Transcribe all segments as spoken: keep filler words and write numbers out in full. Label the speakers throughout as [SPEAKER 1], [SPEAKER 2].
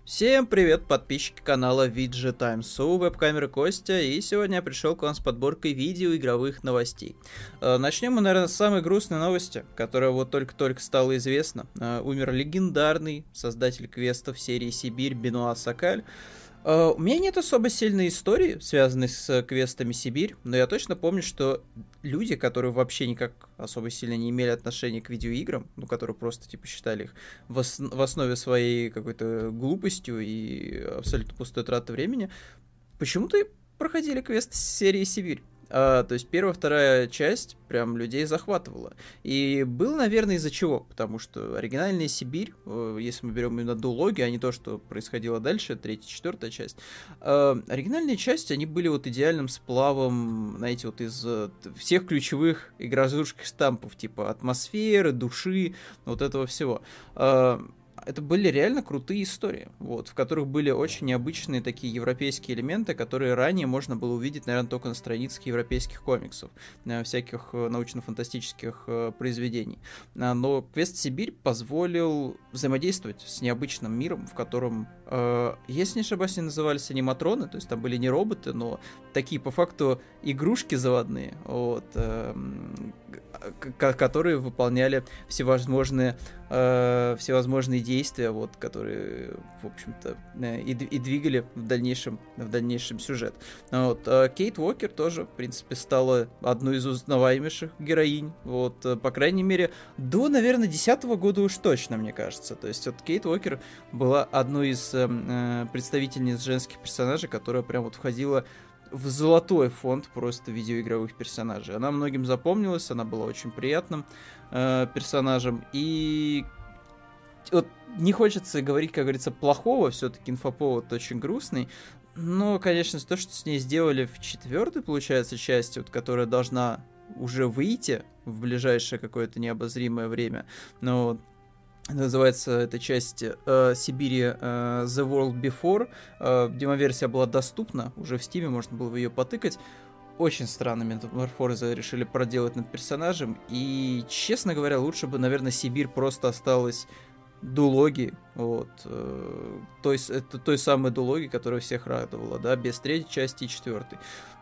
[SPEAKER 1] Всем привет, подписчики канала ви джи Times, у веб-камеры Костя, и сегодня я пришел к вам с подборкой видео игровых новостей. Начнем мы, наверное, с самой грустной новости, которая вот только-только стала известна. Умер легендарный создатель квестов серии Сибирь Бенуа Сокаль. Uh, у меня нет особо сильной истории, связанной с квестами Сибирь, но я точно помню, что люди, которые вообще никак особо сильно не имели отношения к видеоиграм, ну, которые просто, типа, считали их в, ос- в основе своей какой-то глупостью и абсолютно пустой тратой времени, почему-то проходили квест серии Сибирь. А, то есть первая, вторая часть прям людей захватывала. И было, наверное, из-за чего. Потому что оригинальная Сибирь, если мы берем именно дулоги, а не то, что происходило дальше, третья, четвертая часть, а, оригинальные части, они были вот идеальным сплавом, знаете, вот из всех ключевых игрозрушных штампов, типа атмосферы, души, вот этого всего. А, это были реально крутые истории, вот, в которых были очень необычные такие европейские элементы, которые ранее можно было увидеть, наверное, только на страницах европейских комиксов, всяких научно-фантастических э, произведений. Но квест Сибирь позволил взаимодействовать с необычным миром, в котором, э, если не ошибаюсь, они назывались аниматроны, то есть там были не роботы, но такие по факту игрушки заводные, вот, э, которые выполняли всевозможные, э, всевозможные действия, вот, которые, в общем-то, э, и, и двигали в дальнейшем, в дальнейшем сюжет. Вот. Э, Кейт Уокер тоже, в принципе, стала одной из узнаваемейших героинь, вот, э, по крайней мере, до, наверное, десятого года уж точно, мне кажется. То есть вот Кейт Уокер была одной из э, представительниц женских персонажей, которая прям вот входила в золотой фонд просто видеоигровых персонажей. Она многим запомнилась, она была очень приятным э, персонажем. И вот не хочется говорить, как говорится, плохого, все-таки инфоповод очень грустный. Но, конечно, то, что с ней сделали в четвертой, получается, части, вот, которая должна уже выйти в ближайшее какое-то необозримое время, но называется эта часть э, Сибири э, The World Before. Э, демоверсия была доступна, уже в Стиме можно было ее потыкать. Очень странные метаморфозы решили проделать над персонажем. И, честно говоря, лучше бы, наверное, Сибирь просто осталась дулоги, вот, э, той, это той самой дулоги, которая всех радовала, да, без третьей части и четвертой.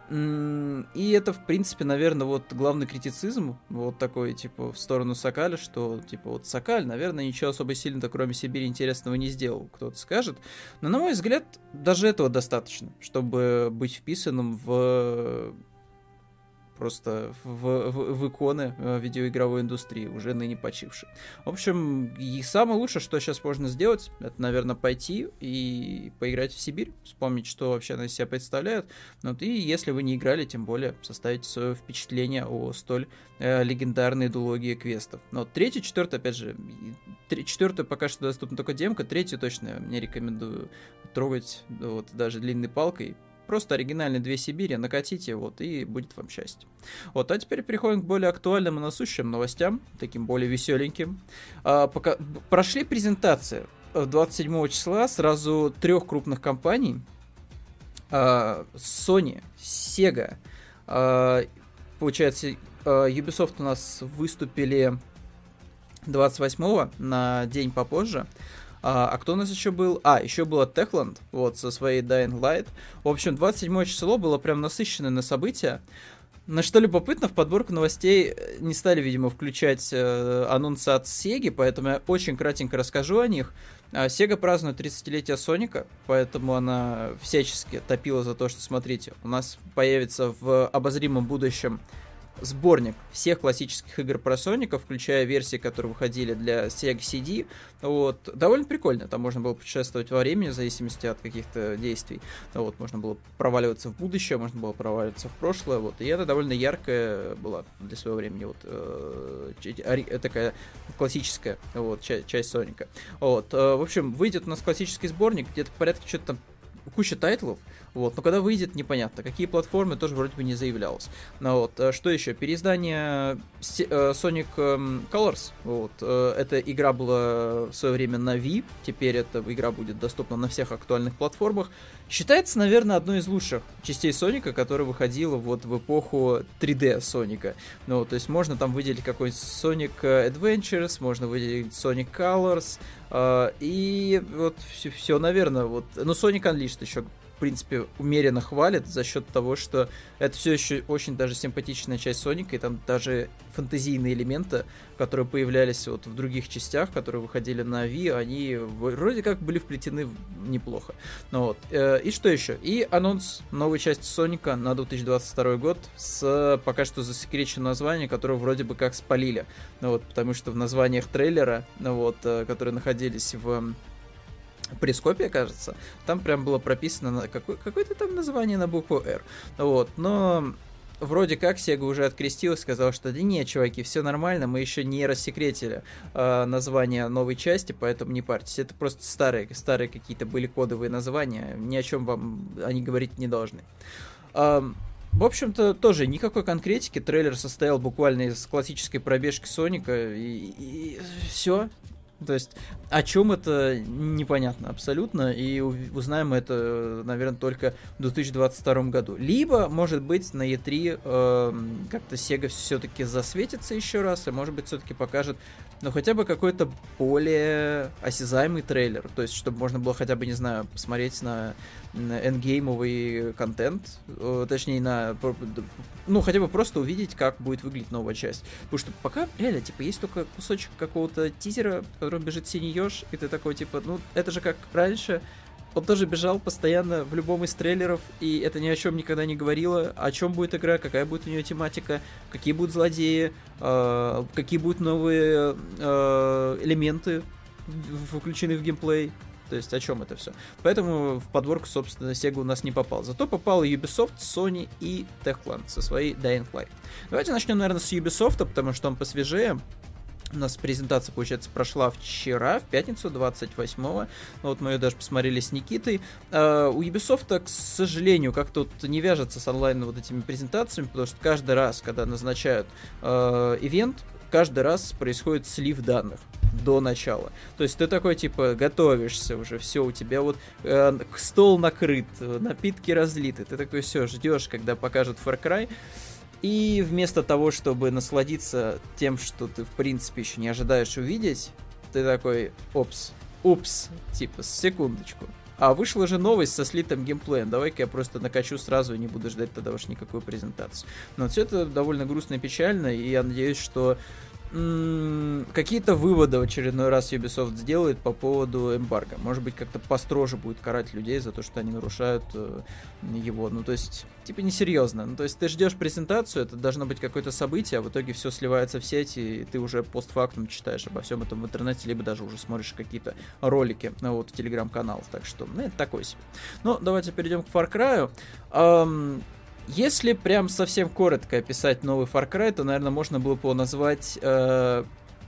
[SPEAKER 1] И это, в принципе, наверное, вот главный критицизм, вот такой, типа, в сторону Сокаля, что, типа, вот Сокаль, наверное, ничего особо сильно-то, кроме Сибири, интересного не сделал, кто-то скажет. Но, на мой взгляд, даже этого достаточно, чтобы быть вписанным в... просто в, в, в иконы видеоигровой индустрии, уже ныне почившей. В общем, и самое лучшее, что сейчас можно сделать, это, наверное, пойти и поиграть в Сибирь, вспомнить, что вообще она из себя представляет. Вот, и если вы не играли, тем более составить свое впечатление о столь э, легендарной дулогии квестов. Но третью, четвертую, опять же, четвертую пока что доступна только демка, третью точно не рекомендую трогать, вот, даже длинной палкой. Просто оригинальные две Сибири, накатите, вот, и будет вам счастье. Вот, а теперь переходим к более актуальным и насущим новостям, таким более веселеньким. А, пока... Прошли презентации двадцать седьмого числа сразу трех крупных компаний. А, Sony, Sega, а, получается, Ubisoft у нас выступили двадцать восьмого, на день попозже. А, а кто у нас еще был? А, еще была Techland, вот, со своей Dying Light. В общем, двадцать седьмое число было прям насыщенное на события. На что любопытно, в подборку новостей не стали, видимо, включать э, анонсы от Sega, поэтому я очень кратенько расскажу о них. Sega празднует тридцатилетие Соника, поэтому она всячески топила за то, что, смотрите, у нас появится в обозримом будущем сборник всех классических игр про Соника, включая версии, которые выходили для Sega си ди. Вот. Довольно прикольно. Там можно было путешествовать во времени, в зависимости от каких-то действий. Вот. Можно было проваливаться в будущее, можно было проваливаться в прошлое. Вот. И это довольно яркая была для своего времени. Вот. Э, такая классическая вот, часть, часть Соника. Вот. Э, в общем, выйдет у нас классический сборник, где-то порядка что-то там куча тайтлов, вот, но когда выйдет, непонятно. Какие платформы, тоже вроде бы не заявлялось. Ну, вот, что еще? Переиздание Sonic Colors, вот, эта игра была в свое время на Wii, теперь эта игра будет доступна на всех актуальных платформах. Считается, наверное, одной из лучших частей Соника, которая выходила вот в эпоху три дэ Соника. Ну, то есть можно там выделить какой-нибудь Sonic Adventures, можно выделить Sonic Colors, И вот все, все, наверное, вот... Ну, Sonic Unleashed еще, в принципе, умеренно хвалит за счет того, что это все еще очень даже симпатичная часть Соника, и там даже фэнтезийные элементы, которые появлялись вот в других частях, которые выходили на Wii, они вроде как были вплетены неплохо. Ну, вот. И что еще? И анонс новой части Соника на две тысячи двадцать второй год с пока что засекреченным названием, которое вроде бы как спалили. Ну, вот, потому что в названиях трейлера, ну, вот, которые находились в пресс-копия, кажется, там прям было прописано какое- какое-то там название на букву R. Вот, но вроде как Sega уже открестилась, сказала, что да нет, чуваки, все нормально, мы еще не рассекретили э, название новой части, поэтому не парьтесь. Это просто старые, старые какие-то были кодовые названия, ни о чем вам они говорить не должны. Э, в общем-то, тоже никакой конкретики. Трейлер состоял буквально из классической пробежки Соника, и, и все. То есть, о чем это, непонятно абсолютно, и узнаем мы это, наверное, только в две тысячи двадцать втором году. Либо, может быть, на и три э, как-то Sega все-таки засветится еще раз, и, может быть, все-таки покажет, ну, хотя бы какой-то более осязаемый трейлер, то есть, чтобы можно было хотя бы, не знаю, посмотреть на, на эндгеймовый контент, э, точнее, на, ну, хотя бы просто увидеть, как будет выглядеть новая часть. Потому что пока, реально, типа, есть только кусочек какого-то тизера, в котором бежит синий еж, и ты такой, типа, ну, это же как раньше. Он тоже бежал постоянно в любом из трейлеров, и это ни о чем никогда не говорило. О чем будет игра, какая будет у нее тематика, какие будут злодеи, э, какие будут новые э, элементы включены в геймплей. То есть о чем это все. Поэтому в подборку, собственно, Sega у нас не попал. Зато попал Ubisoft, Sony и Techland со своей Dying Light. Давайте начнем, наверное, с Ubisoft, потому что он посвежее. У нас презентация, получается, прошла вчера, в пятницу, двадцать восьмого. Ну, вот мы ее даже посмотрели с Никитой. Uh, у Ubisoft, к сожалению, как-то вот не вяжется с онлайн вот этими презентациями, потому что каждый раз, когда назначают uh, ивент, каждый раз происходит слив данных до начала. То есть ты такой, типа, готовишься уже, все, у тебя вот э, стол накрыт, напитки разлиты, ты такой, все, ждешь, когда покажут Far Cry. И вместо того, чтобы насладиться тем, что ты, в принципе, еще не ожидаешь увидеть, ты такой, опс, упс, типа, секундочку. А вышла же новость со слитым геймплеем, давай-ка я просто накачу сразу и не буду ждать тогда уж никакую презентацию. Но все это довольно грустно и печально, и я надеюсь, что м- какие-то выводы в очередной раз Ubisoft сделает по поводу эмбарго. Может быть, как-то построже будет карать людей за то, что они нарушают э, его. Ну, то есть, типа, несерьезно. Ну, то есть, ты ждешь презентацию, это должно быть какое-то событие, а в итоге все сливается в сеть, и ты уже постфактум читаешь обо всем этом в интернете, либо даже уже смотришь какие-то ролики, ну, вот, в телеграм-каналах. Так что, ну, это такой себе. Ну, давайте перейдем к Far Cry. Эм... Если прям совсем коротко описать новый Far Cry, то, наверное, можно было бы его назвать э,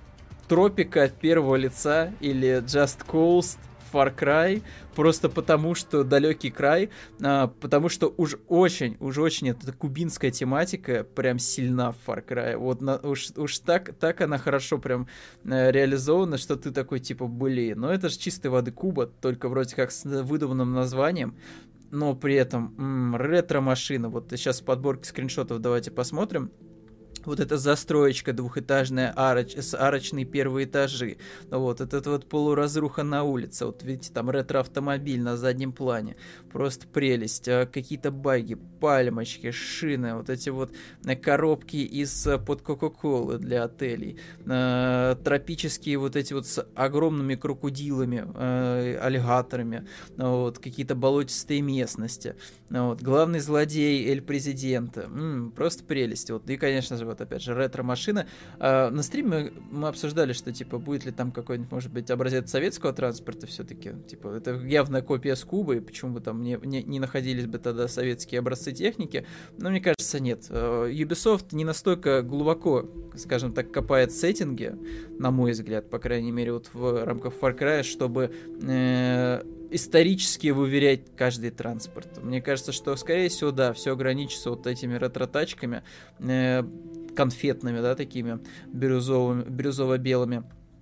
[SPEAKER 1] Тропика от первого лица или Just Cause Far Cry, просто потому что далекий край, э, потому что уж очень, уж очень эта кубинская тематика прям сильна в Far Cry. Вот на, уж, уж так, так она хорошо прям э, реализована, что ты такой типа, блин, ну это же чистой воды Куба, только вроде как с выдуманным названием. Но при этом м-м, ретро-машина. Вот сейчас в подборке скриншотов давайте посмотрим. Вот эта застроечка двухэтажная, ароч, с арочные первые этажи. Вот, это вот полуразруха на улице. Вот видите, там ретро-автомобиль на заднем плане. Просто прелесть. А какие-то баги, пальмочки, шины. Вот эти вот коробки из-под Кока-Колы для отелей. А, тропические вот эти вот с огромными крокодилами, а, аллигаторами. Вот, какие-то болотистые местности. Вот, главный злодей Эль Президента. М-м, просто прелесть. Вот, и, конечно же, вот опять же, ретро-машина. А, на стриме мы обсуждали, что, типа, будет ли там какой-нибудь, может быть, образец советского транспорта все-таки. Типа, это явная копия с Кубы, почему бы там не, не, не находились бы тогда советские образцы техники. Но мне кажется, нет. Ubisoft не настолько глубоко, скажем так, копает сеттинги, на мой взгляд, по крайней мере, вот в рамках Far Cry, чтобы э, исторически выверять каждый транспорт. Мне кажется, что, скорее всего, да, все ограничится вот этими ретро-тачками, э, конфетными, да, такими бирюзовыми, бирюзово-белыми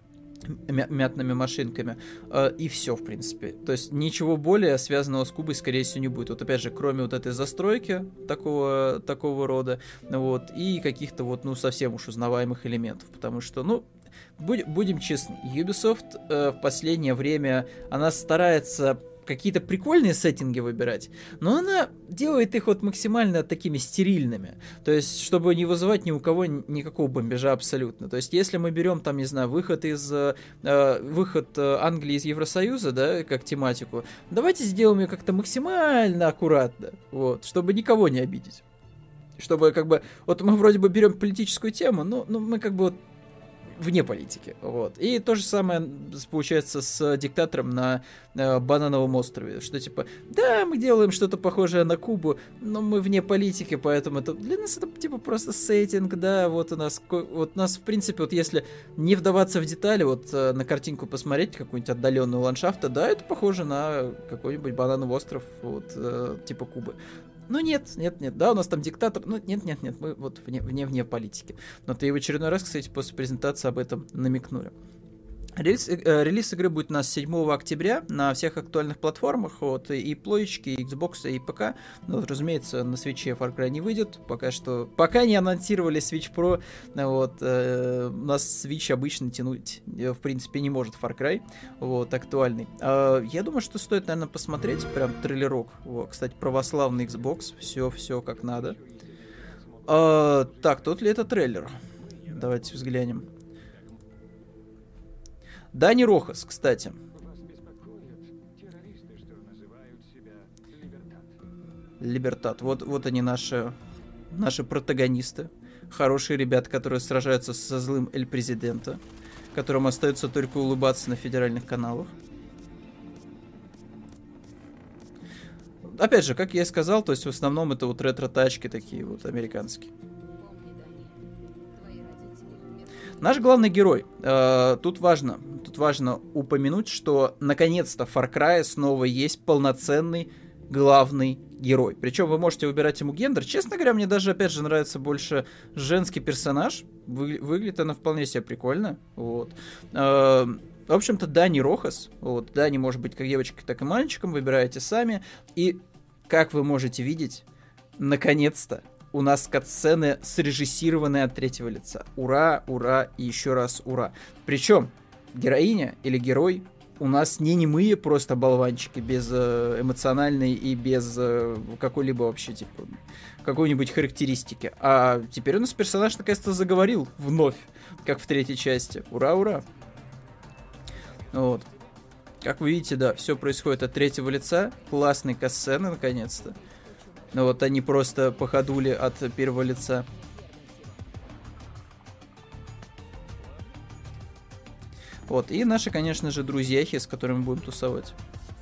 [SPEAKER 1] мятными машинками. И все, в принципе. То есть ничего более связанного с Кубой, скорее всего, не будет. Вот опять же, кроме вот этой застройки такого, такого рода, вот, и каких-то вот, ну, совсем уж узнаваемых элементов. Потому что, ну, будь, будем честны, Ubisoft э, в последнее время, она старается какие-то прикольные сеттинги выбирать, но она делает их вот максимально такими стерильными, то есть чтобы не вызывать ни у кого никакого бомбежа абсолютно. То есть если мы берем там, не знаю, выход из э, выход Англии из Евросоюза, да, как тематику, давайте сделаем ее как-то максимально аккуратно, вот, чтобы никого не обидеть. Чтобы как бы, вот мы вроде бы берем политическую тему, но, но мы как бы вот вне политики, вот. И то же самое получается с диктатором на э, Банановом острове, что типа, да, мы делаем что-то похожее на Кубу, но мы вне политики, поэтому это для нас это типа просто сеттинг, да, вот у нас, вот у нас в принципе, вот если не вдаваться в детали, вот э, на картинку посмотреть какую-нибудь отдаленную ландшафта, да, это похоже на какой-нибудь Банановый остров, вот, э, типа Кубы. Ну нет, нет, нет, да, у нас там диктатор, ну нет, нет, нет, мы вот вне, вне, вне политики. Но ты в очередной раз, кстати, после презентации об этом намекнули. Релиз, э, релиз игры будет у нас седьмого октября на всех актуальных платформах, вот, и плойчики, и Xbox, и ПК. Ну, вот, разумеется, на Switch Far Cry не выйдет, пока что, пока не анонсировали Switch Pro, вот, э, у нас Switch обычно тянуть, в принципе, не может Far Cry, вот, актуальный. Э, я думаю, что стоит, наверное, посмотреть, прям трейлерок, вот, кстати, православный Xbox, все-все как надо. Э, так, тот ли это трейлер? Давайте взглянем. Дани Рохас, кстати. Либертат. Вот, вот они, наши, наши протагонисты. Хорошие ребята, которые сражаются со злым Эль Президента, которым остается только улыбаться на федеральных каналах. Опять же, как я и сказал, то есть в основном это вот ретро-тачки такие вот американские. Наш главный герой. Э, тут важно, тут важно упомянуть, что наконец-то в Far Cry снова есть полноценный главный герой. Причем вы можете выбирать ему гендер. Честно говоря, мне даже, опять же, нравится больше женский персонаж. Вы, выглядит она вполне себе прикольно. Вот. Э, в общем-то, Дани Рохас. Вот. Дани может быть как девочкой, так и мальчиком. Выбираете сами. И, как вы можете видеть, наконец-то у нас катсцены срежиссированные от третьего лица. Ура, ура и еще раз ура. Причем героиня или герой у нас не немые просто болванчики, без э, эмоциональной и без э, какой-либо вообще типа какой-нибудь характеристики. А теперь у нас персонаж наконец-то заговорил вновь, как в третьей части. Ура, ура. Вот. Как вы видите, да, все происходит от третьего лица. Классные катсцены, наконец-то. Но вот они просто походули от первого лица. Вот, и наши, конечно же, друзьяхи, с которыми будем тусовать.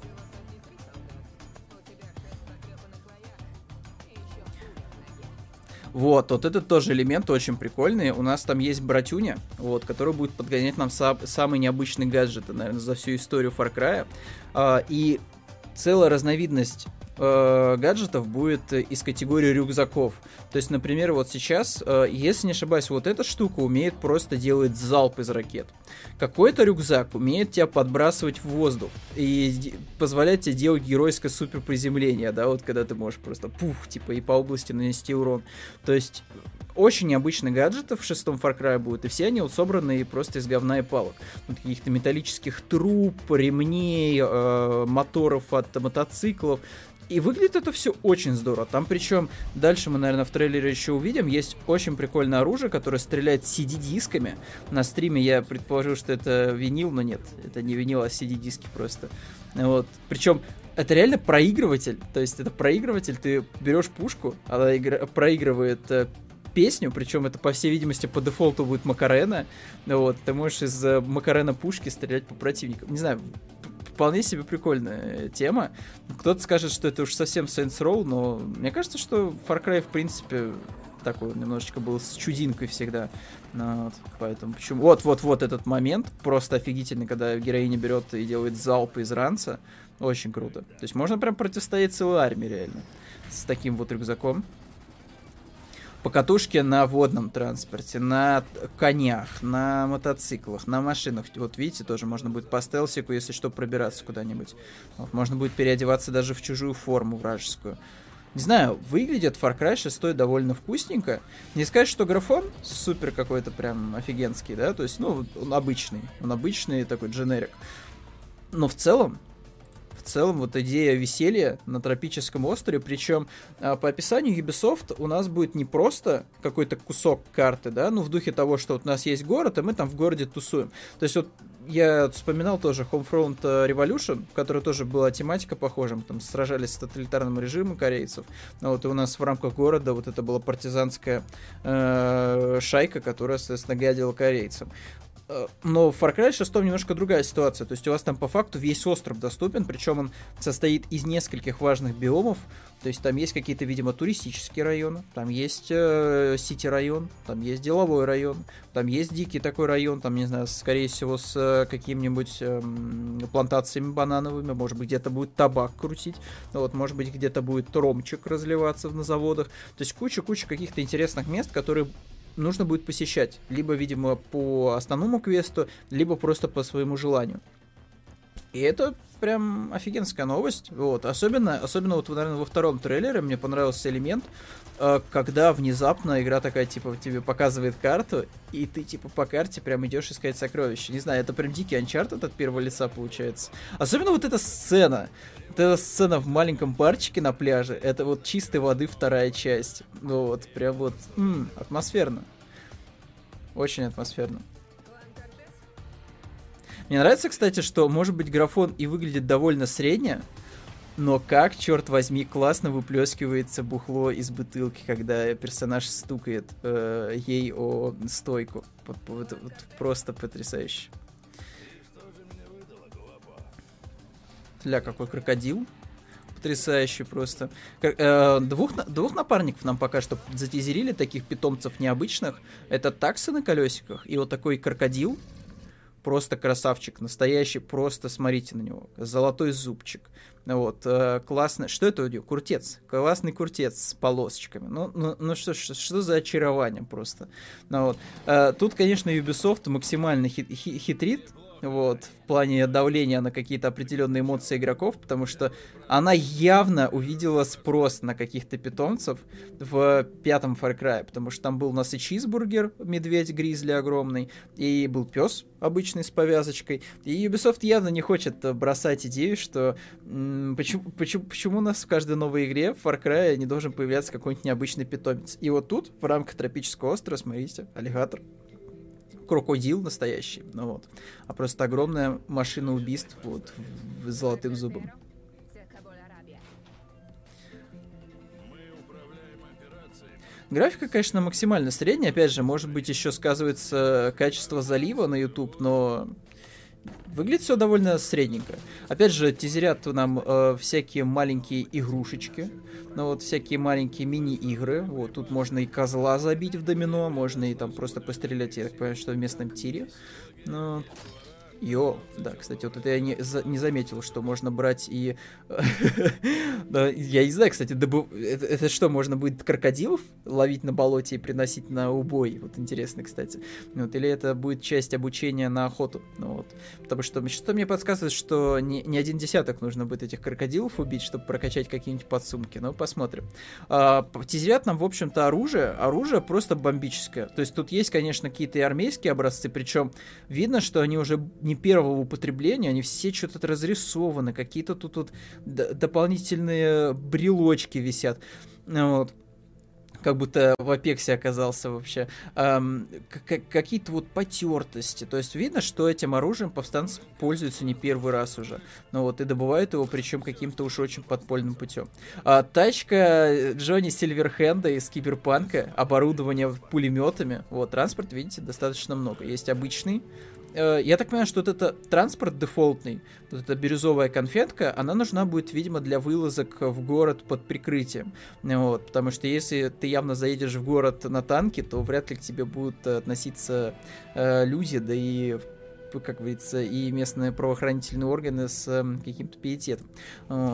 [SPEAKER 1] Вот, вот этот тоже элемент очень прикольный. У нас там есть братюня, вот, который будет подгонять нам са- самый необычный гаджет, наверное, за всю историю Far Cry. А, и целая разновидность э, гаджетов будет из категории рюкзаков. То есть, например, вот сейчас, э, если не ошибаюсь, вот эта штука умеет просто делать залп из ракет. Какой-то рюкзак умеет тебя подбрасывать в воздух и позволяет тебе делать геройское суперприземление, да, вот когда ты можешь просто пух, типа, и по области нанести урон. То есть очень необычных гаджетов в шестом Far Cry будет, и все они вот собраны просто из говна и палок. Вот каких-то металлических труб, ремней, э, моторов от мотоциклов. И выглядит это все очень здорово. Там причем, дальше мы, наверное, в трейлере еще увидим, есть очень прикольное оружие, которое стреляет си ди-дисками. На стриме я предположил, что это винил, но нет, это не винил, а си ди-диски просто. Вот. Причем это реально проигрыватель. То есть это проигрыватель, ты берешь пушку, она игра- проигрывает э, песню, причем это, по всей видимости, по дефолту будет Макарена. Вот, ты можешь из э, Макарена пушки стрелять по противникам. Не знаю, вполне себе прикольная тема. Кто-то скажет, что это уж совсем Saints Row, но мне кажется, что Far Cry, в принципе, такой немножечко был с чудинкой всегда. Ну, вот, поэтому почему... Вот-вот-вот этот момент просто офигительный, когда героиня берет и делает залп из ранца. Очень круто. То есть можно прям противостоять целой армии реально с таким вот рюкзаком. Покатушки на водном транспорте, на конях, на мотоциклах, на машинах. Вот видите, тоже можно будет по стелсику, если что, пробираться куда-нибудь. Вот, можно будет переодеваться даже в чужую форму вражескую. Не знаю, выглядит Far Cry шесть довольно вкусненько. Не сказать, что графон супер какой-то прям офигенский, да, то есть, ну, он обычный, он обычный такой дженерик. Но в целом, в целом, вот идея веселья на тропическом острове, причем по описанию Ubisoft у нас будет не просто какой-то кусок карты, да, ну, в духе того, что вот у нас есть город, и мы там в городе тусуем. То есть вот я вспоминал тоже Homefront Revolution, в которой тоже была тематика похожа, мы там сражались с тоталитарным режимом корейцев, но вот и у нас в рамках города вот это была партизанская э, шайка, которая, соответственно, гадила корейцам. Но в Far Cry шесть немножко другая ситуация. То есть у вас там по факту весь остров доступен, причем он состоит из нескольких важных биомов. То есть там есть какие-то, видимо, туристические районы, там есть э, сити-район, там есть деловой район, там есть дикий такой район, там, не знаю, скорее всего, с э, какими-нибудь э, плантациями банановыми, может быть, где-то будет табак крутить, вот, может быть, где-то будет ромчик разливаться на заводах. То есть куча-куча каких-то интересных мест, которые нужно будет посещать. Либо, видимо, по основному квесту, либо просто по своему желанию. И это прям офигенская новость. Вот. Особенно, особенно вот, наверное, во втором трейлере мне понравился элемент, когда внезапно игра такая, типа, тебе показывает карту, и ты, типа, по карте прям идешь искать сокровища. Не знаю, это прям дикий Uncharted от первого лица получается. Особенно вот эта сцена. Вот эта сцена в маленьком барчике на пляже. Это вот чистой воды вторая часть. Ну вот, прям вот, м-м, атмосферно. Очень атмосферно. Мне нравится, кстати, что, может быть, графон и выглядит довольно средне, но как, черт возьми, классно выплескивается бухло из бутылки, когда персонаж стукает э, ей о стойку. Вот, вот, вот, просто потрясающе. Ля, какой крокодил. Потрясающий просто. Э, двух, двух напарников нам пока что затизерили, таких питомцев необычных. Это таксы на колесиках и вот такой крокодил. Просто красавчик, настоящий, просто смотрите на него. Золотой зубчик. Вот, э, классно. Что это у него? Куртец. Классный куртец с полосочками. Ну, ну, ну что, что, что за очарование просто. Ну, вот. э, тут, конечно, Ubisoft максимально хит, хит, хитрит. Вот, в плане давления на какие-то определенные эмоции игроков, потому что она явно увидела спрос на каких-то питомцев в пятом Far Cry, потому что там был у нас и чизбургер, медведь-гризли огромный, и был пес обычный с повязочкой, и Ubisoft явно не хочет бросать идею, что м- почему, почему, почему у нас в каждой новой игре в Far Cry не должен появляться какой-нибудь необычный питомец. И вот тут, в рамках тропического острова, смотрите, аллигатор. Крокодил настоящий, ну вот. А просто огромная машина убийств вот с золотым зубом. Графика, конечно, максимально средняя. Опять же, может быть, еще сказывается качество залива на YouTube, но выглядит все довольно средненько. Опять же, тизерят нам э, всякие маленькие игрушечки. Ну вот всякие маленькие мини-игры. Вот тут можно и козла забить в домино, можно и там просто пострелять, я так понимаю, что в местном тире. Ну, йо, да, кстати, вот это я не, за, не заметил, что можно брать и... Я не знаю, кстати, это что, можно будет крокодилов ловить на болоте и приносить на убой? Вот интересно, кстати. Или это будет часть обучения на охоту? Вот. Потому что что-то мне подсказывает, что не один десяток нужно будет этих крокодилов убить, чтобы прокачать какие-нибудь подсумки. Ну, посмотрим. Тизерят нам, в общем-то, оружие. Оружие просто бомбическое. То есть тут есть, конечно, какие-то и армейские образцы, причем видно, что они уже не первого употребления, они все что-то разрисованы, какие-то тут вот дополнительные брелочки висят, вот. Как будто в Апексе оказался вообще. Эм, какие-то вот потертости. То есть видно, что этим оружием повстанцы пользуются не первый раз уже. Ну вот, и добывают его, причем каким-то уж очень подпольным путем. А, тачка Джонни Сильверхенда из Киберпанка, оборудование пулеметами. Вот, транспорт, видите, достаточно много. Есть обычный. Я так понимаю, что вот это транспорт дефолтный, вот эта бирюзовая конфетка, она нужна будет, видимо, для вылазок в город под прикрытием. Вот, потому что если ты явно заедешь в город на танке, то вряд ли к тебе будут относиться э, люди, да и, как говорится, и местные правоохранительные органы с э, каким-то пиететом. Вот.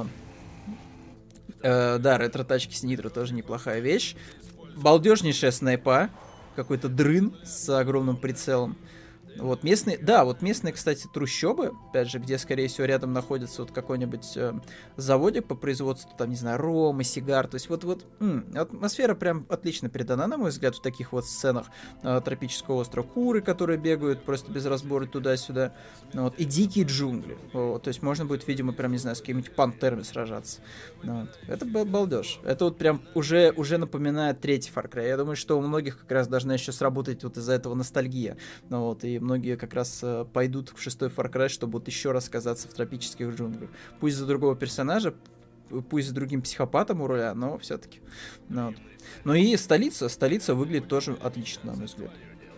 [SPEAKER 1] Э, да, ретро-тачки с нитро тоже неплохая вещь. Балдежнейшая снайпа, какой-то дрын с огромным прицелом. Вот местные, да, вот местные, кстати, трущобы, опять же, где, скорее всего, рядом находится вот какой-нибудь э, заводик по производству, там, не знаю, рома, сигар, то есть вот, вот м, атмосфера прям отлично передана, на мой взгляд, в таких вот сценах э, тропического острова. Куры, которые бегают просто без разбора туда-сюда, вот, и дикие джунгли, вот, то есть можно будет, видимо, прям, не знаю, с какими-нибудь пантерами сражаться. Вот. Это балдеж. Это вот прям уже, уже напоминает третий Far Cry. Я думаю, что у многих как раз должна еще сработать вот из-за этого ностальгия. Ну, вот, и многие как раз э, пойдут в шестой Far Cry, чтобы вот еще раз оказаться в тропических джунглях. Пусть за другого персонажа, пусть с другим психопатом у руля, но все-таки. Ну, вот. Ну и столица. Столица выглядит тоже отлично, на мой взгляд.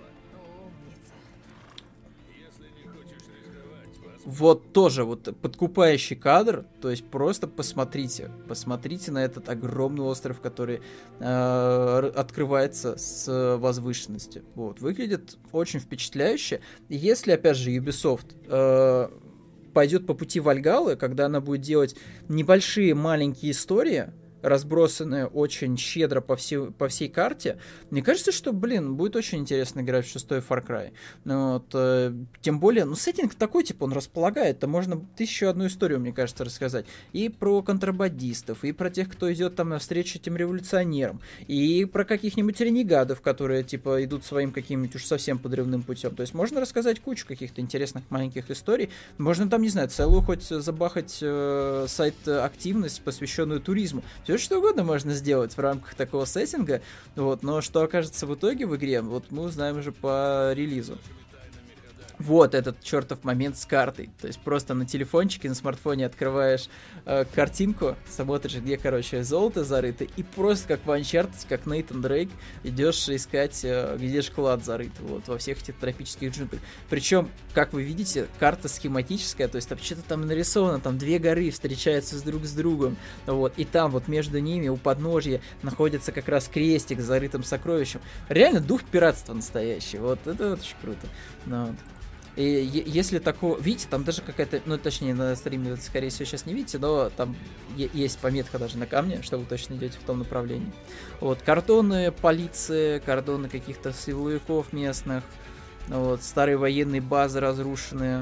[SPEAKER 1] Вот тоже вот подкупающий кадр, то есть просто посмотрите, посмотрите на этот огромный остров, который э, открывается с возвышенности. Вот, выглядит очень впечатляюще. Если, опять же, Ubisoft э, пойдет по пути Вальгаллы, когда она будет делать небольшие маленькие истории, разбросанные очень щедро по всей, по всей карте, мне кажется, что, блин, будет очень интересно играть в шестой Far Cry. Ну, вот, э, тем более, ну, сеттинг такой, типа, он располагает, то можно тысячу одну историю, мне кажется, рассказать. И про контрабандистов, и про тех, кто идет там навстречу этим революционерам, и про каких-нибудь ренегадов, которые, типа, идут своим каким-нибудь уж совсем подрывным путем. То есть можно рассказать кучу каких-то интересных маленьких историй. Можно там, не знаю, целую хоть забахать э, сайт-активность, посвященную туризму. Все что угодно можно сделать в рамках такого сеттинга, вот, но что окажется в итоге в игре, вот мы узнаем уже по релизу. Вот этот чертов момент с картой. То есть просто на телефончике, на смартфоне открываешь э, картинку, смотришь, где, короче, золото зарыто, и просто как в Uncharted, как Нейтан Дрейк, идешь искать, э, где же клад зарыт, вот, во всех этих тропических джунглях. Причем, как вы видите, карта схематическая, то есть там что-то там нарисовано, там две горы встречаются с друг с другом, вот, и там вот между ними у подножья находится как раз крестик с зарытым сокровищем. Реально дух пиратства настоящий, вот, это вот очень круто. Ну, вот. И если такого... Видите, там даже какая-то... Ну, точнее, на стриме вы, скорее всего, сейчас не видите, но там есть пометка даже на камне, что вы точно идете в том направлении. Вот, кордоны полиции, кордоны каких-то силовиков местных, вот, старые военные базы разрушенные.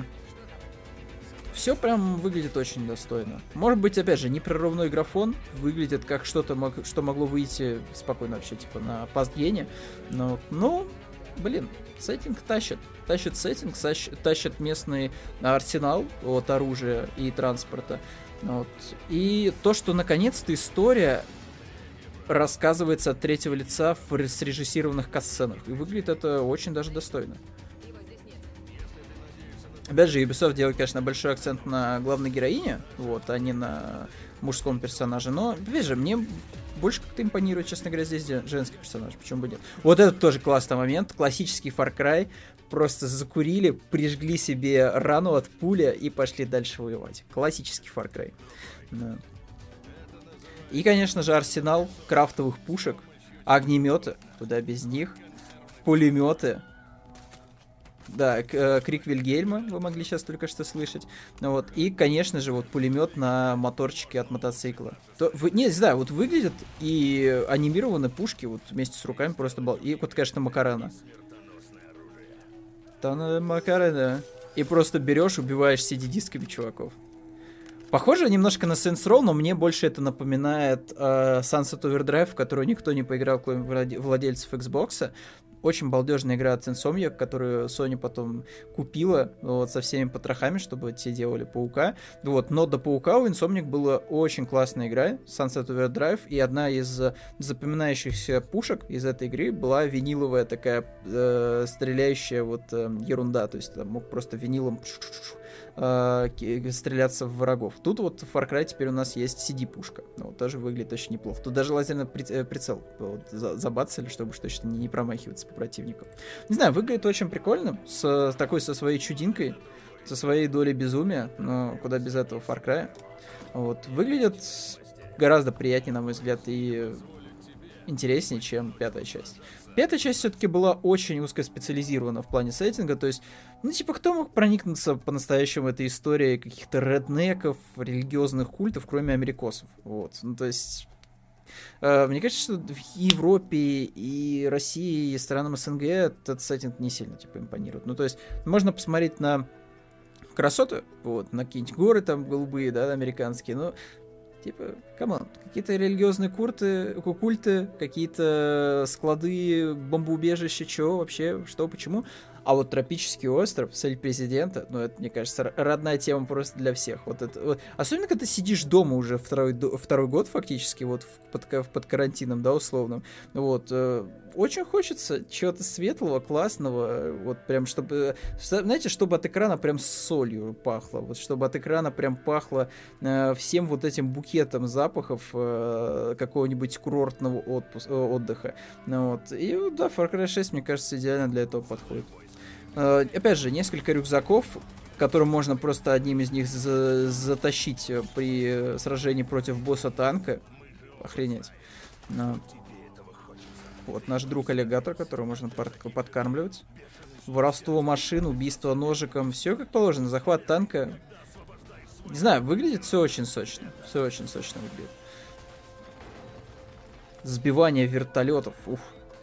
[SPEAKER 1] Все прям выглядит очень достойно. Может быть, опять же, непрорывной графон выглядит как что-то, мог... что могло выйти спокойно вообще, типа, на пастгене. Но, ну, блин, сеттинг тащит. Тащит сеттинг, тащит местный арсенал от оружия и транспорта. Вот. И то, что наконец-то история рассказывается от третьего лица в срежиссированных катсценах. И выглядит это очень даже достойно. Опять же, Ubisoft делает, конечно, большой акцент на главной героине, вот, а не на мужском персонаже. Но, опять же, мне больше как-то импонирует, честно говоря, здесь женский персонаж. Почему бы нет? Вот это тоже классный момент. Классический Far Cry. Просто закурили, прижгли себе рану от пули и пошли дальше воевать. Классический Far Cry. Да. И, конечно же, арсенал крафтовых пушек, огнеметы, куда без них, пулеметы. Да, крик Вильгельма вы могли сейчас только что слышать. Вот. И, конечно же, вот пулемет на моторчике от мотоцикла. То, вы, не знаю, вот выглядят и анимированы пушки вот вместе с руками просто бал. И вот, конечно, Макарена. Там Макарена. И просто берешь, убиваешь си ди-дисками чуваков. Похоже немножко на Saints Row, но мне больше это напоминает э, Sunset Overdrive, в которую никто не поиграл, кроме владельцев Xbox. Очень балдежная игра от Insomniac, которую Sony потом купила вот, со всеми потрохами, чтобы те делали Паука. Вот. Но до Паука у Insomniac была очень классная игра, Sunset Overdrive, и одна из запоминающихся пушек из этой игры была виниловая такая э, стреляющая вот э, ерунда, то есть там мог просто винилом э, стреляться в врагов. Тут вот в Far Cry теперь у нас есть си ди-пушка, вот, тоже выглядит очень неплохо. Тут даже лазерный прицел вот, забацали, чтобы уж точно не, не промахиваться по противнику. Не знаю, выглядит очень прикольно, с такой, со своей чудинкой, со своей долей безумия, но куда без этого Far Cry. Вот, выглядит гораздо приятнее, на мой взгляд, и интереснее, чем пятая часть. Пятая часть все-таки была очень узкоспециализирована в плане сеттинга, то есть, ну, типа, кто мог проникнуться по-настоящему этой историей каких-то реднеков, религиозных культов, кроме америкосов, вот, ну, то есть... Uh, мне кажется, что в Европе и России, и странам СНГ этот сеттинг не сильно, типа, импонирует. Ну, то есть, можно посмотреть на красоты, вот, на какие-нибудь горы там голубые, да, американские, но, типа, камон, какие-то религиозные курты, культы, какие-то склады, бомбоубежища, чего вообще, что, почему? А вот тропический остров, цель президента, ну, это, мне кажется, родная тема просто для всех. Вот это, вот. Особенно, когда ты сидишь дома уже второй, второй год фактически, вот под, под карантином, да, условным. Вот. Очень хочется чего-то светлого, классного, вот прям, чтобы, знаете, чтобы от экрана прям солью пахло, вот чтобы от экрана прям пахло э, всем вот этим букетом запахов э, какого-нибудь курортного отпуск, отдыха. Ну, вот. И да, Far Cry шесть, мне кажется, идеально для этого подходит. Uh, опять же, несколько рюкзаков, которым можно просто одним из них за- затащить при сражении против босса танка. Охренеть. Uh, вот наш друг аллигатор, которого можно под- подкармливать. Воровство машин, убийство ножиком. Все как положено. Захват танка. Не знаю, выглядит все очень сочно. Все очень сочно выглядит. Сбивание вертолетов. Ух.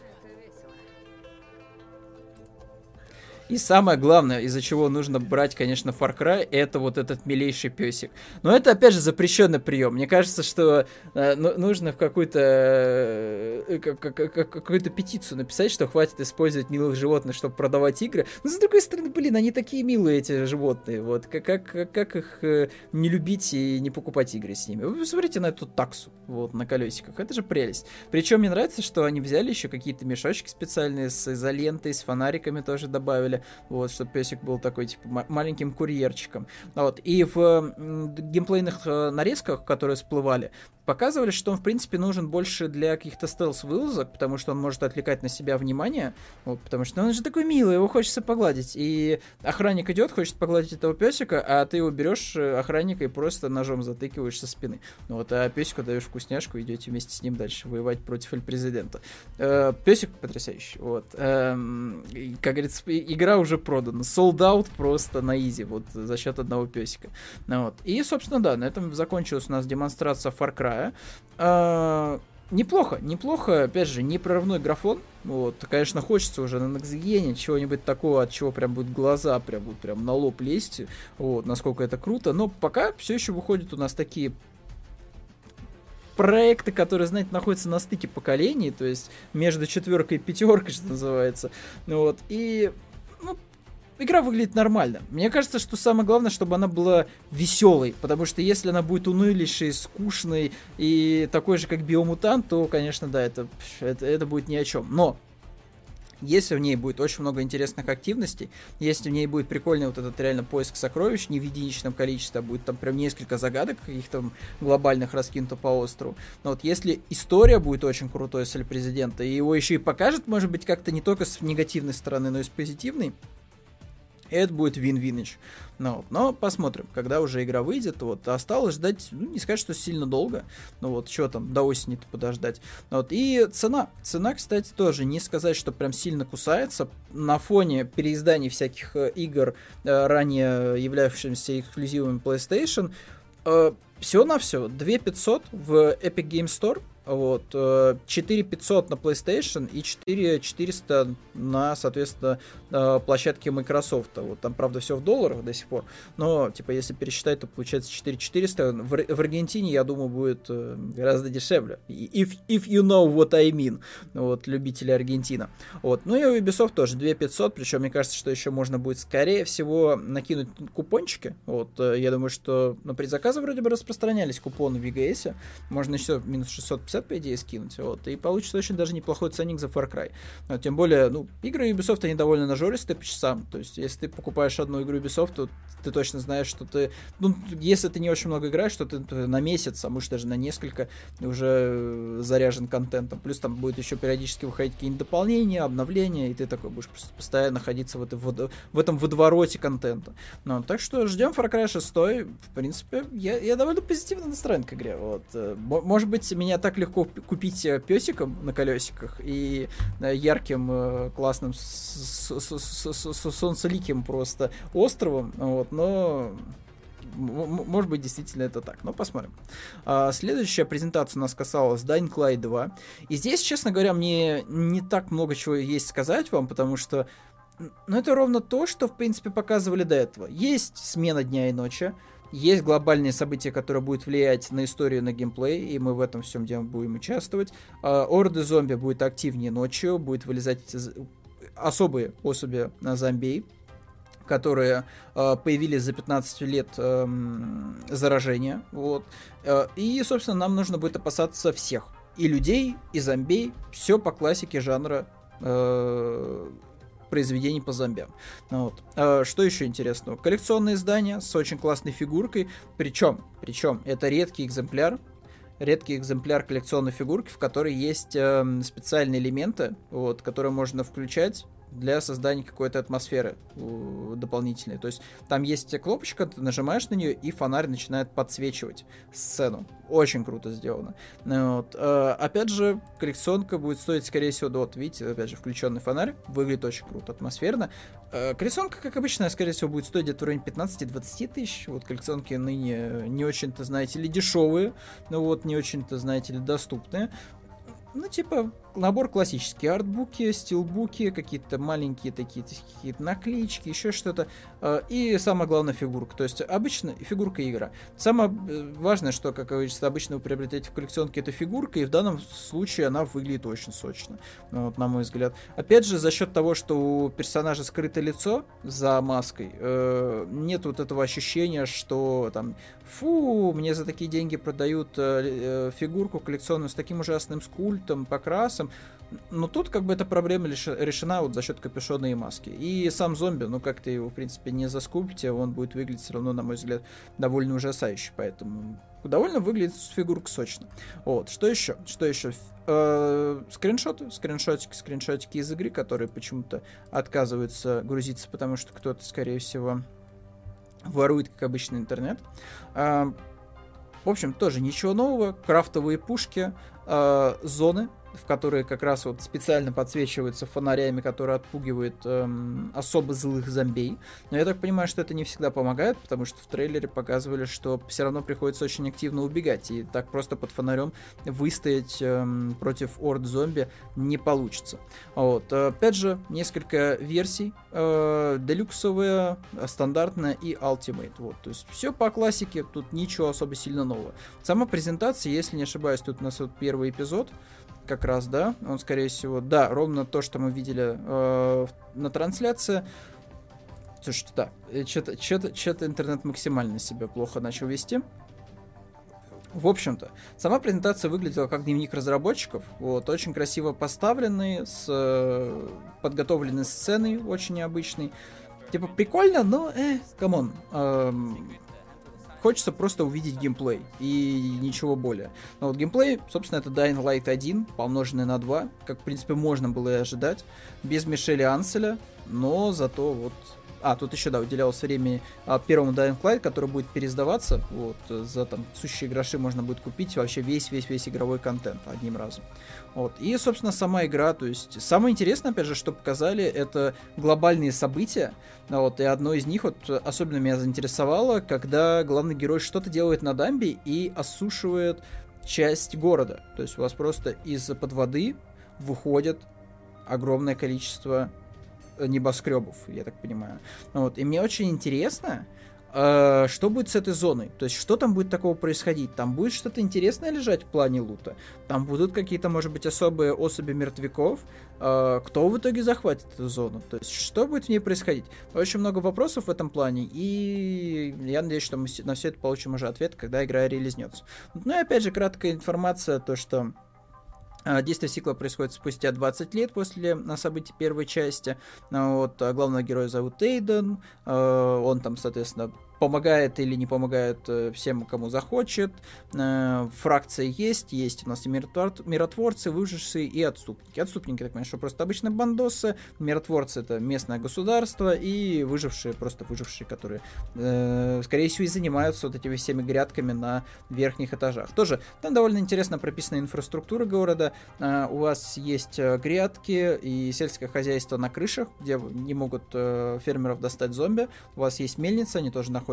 [SPEAKER 1] И самое главное, из-за чего нужно брать, конечно, Far Cry, это вот этот милейший песик. Но это, опять же, запрещенный прием. Мне кажется, что э, нужно в какую-то э, какую-то петицию написать, что хватит использовать милых животных, чтобы продавать игры. Но, с другой стороны, блин, они такие милые, эти животные. Вот. Как, как, как их э, не любить и не покупать игры с ними? Вы посмотрите на эту таксу вот, на колесиках. Это же прелесть. Причем мне нравится, что они взяли еще какие-то мешочки специальные с изолентой, с фонариками тоже добавили. Вот, чтобы песик был такой, типа, м- маленьким курьерчиком. Вот. И в м- геймплейных э, нарезках, которые всплывали, показывали, что он, в принципе, нужен больше для каких-то стелс-вылазок, потому что он может отвлекать на себя внимание, вот, потому что он же такой милый, его хочется погладить. И охранник идет, хочет погладить этого песика, а ты его берешь, охранника, и просто ножом затыкиваешь со спины. Вот, а песику даешь вкусняшку, идете вместе с ним дальше воевать против эль-президента. Э, песик потрясающий. Вот. Э, как говорится, игра уже продана. Sold out просто на изи, вот, за счет одного песика. Вот. И, собственно, да, на этом закончилась у нас демонстрация Far Cry. А, неплохо, неплохо, опять же, не прорывной графон. Вот, конечно, хочется уже на Next Gen чего-нибудь такого, от чего прям будут глаза прям, вот, прям на лоб лезть. Вот, насколько это круто. Но пока все еще выходят у нас такие проекты, которые, знаете, находятся на стыке поколений, то есть между четверкой и пятеркой, что называется. Вот, и ну, игра выглядит нормально. Мне кажется, что самое главное, чтобы она была веселой, потому что если она будет унылейшей, скучной и такой же, как Биомутант, то, конечно, да, это, это, это будет ни о чем. Но если в ней будет очень много интересных активностей, если в ней будет прикольный вот этот реально поиск сокровищ, не в единичном количестве, а будет там прям несколько загадок каких-то глобальных раскинуто по острову. Но вот если история будет очень крутой с президента, и его еще и покажет, может быть, как-то не только с негативной стороны, но и с позитивной, это будет вин-виныч. Ну, вот. Но посмотрим, когда уже игра выйдет. Вот. Осталось ждать, ну, не сказать, что сильно долго. Ну вот, что там, до осени-то подождать. Вот. И цена. Цена, кстати, тоже не сказать, что прям сильно кусается. На фоне переизданий всяких э, игр, э, ранее являвшимся эксклюзивами PlayStation, э, всего-навсего две тысячи пятьсот в Epic Game Store. Вот, четыре тысячи пятьсот на PlayStation и четыре тысячи четыреста на, соответственно, площадке Microsoft. Вот там, правда, все в долларах до сих пор, но, типа, если пересчитать, то получается четыре тысячи четыреста. В, в Аргентине, я думаю, будет гораздо дешевле. If, if you know what I mean. Вот, любители Аргентина. Вот, ну и у Ubisoft тоже две тысячи пятьсот, причем, мне кажется, что еще можно будет, скорее всего, накинуть купончики. Вот, я думаю, что на предзаказы вроде бы распространялись купоны в ви джи эс. Можно еще минус шестьсот пятьдесят, по идее, скинуть, вот, и получится очень даже неплохой ценник за Far Cry. Вот, тем более, ну, игры Ubisoft, они довольно нажористые по часам, то есть, если ты покупаешь одну игру Ubisoft, то ты точно знаешь, что ты, ну, если ты не очень много играешь, что ты, ты на месяц, а может даже на несколько уже заряжен контентом, плюс там будет еще периодически выходить какие-нибудь дополнения, обновления, и ты такой будешь просто постоянно находиться в, это, в, в этом водовороте контента. Ну, так что ждем Far Cry шесть, в принципе, я, я довольно позитивно настроен к игре, вот. Может быть, меня так легко купить песиком на колесиках и ярким, классным, солнцеликим просто островом, вот, но может быть, действительно это так, но посмотрим. А, следующая презентация у нас касалась Dying Light два. И здесь, честно говоря, мне не так много чего есть сказать вам, потому что ну, это ровно то, что, в принципе, показывали до этого. Есть смена дня и ночи, есть глобальные события, которые будут влиять на историю, на геймплей, и мы в этом всем деле будем участвовать. А, орды зомби будет активнее ночью, будет вылезать особые особи на зомби, которые э, появились за пятнадцать лет э, заражения. Вот. Э, и, собственно, нам нужно будет опасаться всех. И людей, и зомбей. Все по классике жанра э, произведений по зомбям. Вот. Э, что еще интересного? Коллекционное издание с очень классной фигуркой. Причем, причем это редкий экземпляр. Редкий экземпляр коллекционной фигурки, в которой есть э, специальные элементы, вот, которые можно включать для создания какой-то атмосферы э, дополнительной. То есть там есть кнопочка, ты нажимаешь на нее, и фонарь начинает подсвечивать сцену. Очень круто сделано. Вот. Э, опять же, коллекционка будет стоить, скорее всего, да, вот видите, опять же, включенный фонарь. Выглядит очень круто, атмосферно. Э, коллекционка, как обычно, скорее всего, будет стоить где-то в районе пятнадцать-двадцать тысяч. Вот коллекционки ныне не очень-то, знаете ли, дешевые. Ну вот, не очень-то, знаете ли, доступные. Ну, типа, набор классический. Артбуки, стилбуки, какие-то маленькие такие какие-то наклеечки, еще что-то. И самое главное, фигурка. То есть, обычно фигурка и игра. Самое важное, что, как говорится, обычно вы приобретаете в коллекционке, это фигурка, и в данном случае она выглядит очень сочно. Ну, вот, на мой взгляд. Опять же, за счет того, что у персонажа скрытое лицо за маской, э, нет вот этого ощущения, что там, фу, мне за такие деньги продают э, фигурку коллекционную с таким ужасным скультом, покрасом. Но тут как бы эта проблема решена вот за счет капюшона и маски. И сам зомби, ну как-то его, в принципе, не заскульпте, он будет выглядеть все равно, на мой взгляд, довольно ужасающе. Поэтому довольно выглядит фигурка сочно. Вот, что еще? Что еще? Э-э- скриншоты, скриншотики, скриншотики из игры, которые почему-то отказываются грузиться, потому что кто-то, скорее всего, ворует, как обычно, интернет. Э-э- в общем, тоже ничего нового. Крафтовые пушки, э- зоны, в которые как раз вот специально подсвечиваются фонарями, которые отпугивают эм, особо злых зомбей. Но я так понимаю, что это не всегда помогает, потому что в трейлере показывали, что все равно приходится очень активно убегать, и так просто под фонарем выстоять эм, против орд зомби не получится. Вот. Опять же, несколько версий. Э, делюксовая, стандартная и Ultimate. Вот. То есть все по классике, тут ничего особо сильно нового. Сама презентация, если не ошибаюсь, тут у нас вот первый эпизод, как раз, да, он, скорее всего, да, ровно то, что мы видели э, на трансляции. Слушайте, да, что-то, что-то, что-то интернет максимально себя плохо начал вести. В общем-то, сама презентация выглядела как дневник разработчиков, вот, очень красиво поставленный, с э, подготовленной сценой, очень необычной. Типа, прикольно, но, э, камон, эм... хочется просто увидеть геймплей и ничего более. Но вот геймплей, собственно, это Dying Light один, помноженный на два, как, в принципе, можно было и ожидать, без Мишеля Анселя, но зато вот... А, тут еще, да, уделялось времени а, первому Dying Light, который будет переиздаваться, вот, за там сущие гроши можно будет купить вообще весь-весь-весь игровой контент одним разом. Вот, и, собственно, сама игра, то есть, самое интересное, опять же, что показали, это глобальные события, вот, и одно из них, вот, особенно меня заинтересовало, когда главный герой что-то делает на дамбе и осушивает часть города, то есть, у вас просто из-под воды выходит огромное количество небоскребов, я так понимаю. Вот. И мне очень интересно, э, что будет с этой зоной. То есть, что там будет такого происходить? Там будет что-то интересное лежать в плане лута? Там будут какие-то, может быть, особые особи мертвяков? Э, кто в итоге захватит эту зону? То есть, что будет в ней происходить? Очень много вопросов в этом плане, и я надеюсь, что мы на все это получим уже ответ, когда игра релизнется. Ну и опять же, краткая информация, то, что действие сиквела происходит спустя двадцать лет после событий первой части. Вот, главного героя зовут Эйден. Он там, соответственно, помогает или не помогает всем, кому захочет. Фракция есть. Есть у нас и миротворцы, выжившие, и отступники. Отступники, так понимаю, что просто обычные бандосы. Миротворцы — это местное государство. И выжившие, просто выжившие, которые, скорее всего, и занимаются вот этими всеми грядками на верхних этажах. Тоже там довольно интересно прописана инфраструктура города. У вас есть грядки и сельское хозяйство на крышах, где не могут фермеров достать зомби. У вас есть мельница, они тоже находятся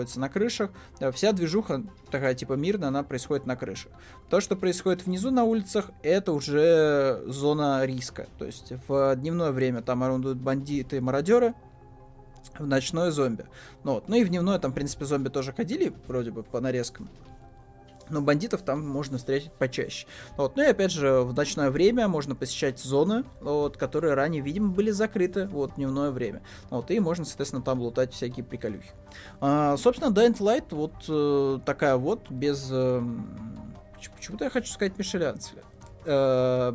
[SPEAKER 1] находится на крышах. Вся движуха такая типа мирная, она происходит на крышах. То, что происходит внизу на улицах, это уже зона риска. То есть в дневное время там орудуют бандиты и мародеры, в ночное зомби. Ну, вот. Ну и в дневное там, в принципе, зомби тоже ходили, вроде бы, по нарезкам. Но бандитов там можно встретить почаще. Вот. Ну и опять же, в ночное время можно посещать зоны, вот, которые ранее, видимо, были закрыты вот, в дневное время. Вот, и можно, соответственно, там лутать всякие приколюхи. А, собственно, Dying Light вот э, такая вот, без... Э, почему-то я хочу сказать Мишеля Анцеля. Э,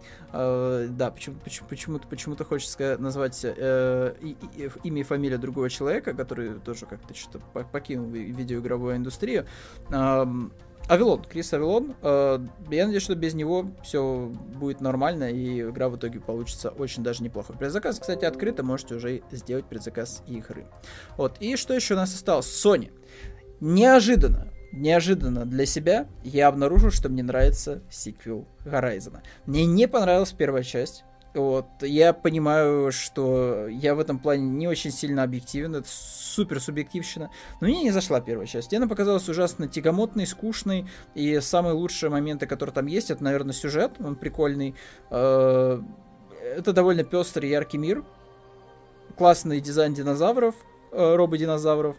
[SPEAKER 1] Uh, да, почему-то, почему-то, почему-то хочется назвать uh, и, и, имя и фамилию другого человека, который тоже как-то что-то покинул видеоигровую индустрию. Uh, Авилон, Крис Авилон. Uh, я надеюсь, что без него все будет нормально, и игра в итоге получится очень даже неплохой. Предзаказ, кстати, открыто, можете уже сделать предзаказ игры. Вот, и что еще у нас осталось? Sony. Неожиданно. Неожиданно для себя я обнаружил, что мне нравится сиквел Horizon. Мне не понравилась первая часть. Вот. Я понимаю, что я в этом плане не очень сильно объективен. Это супер субъективщина. Но мне не зашла первая часть. Она показалась ужасно тягомотной, скучной. И самые лучшие моменты, которые там есть, это, наверное, сюжет. Он прикольный. Это довольно пестрый, яркий мир. Классный дизайн динозавров, рободинозавров.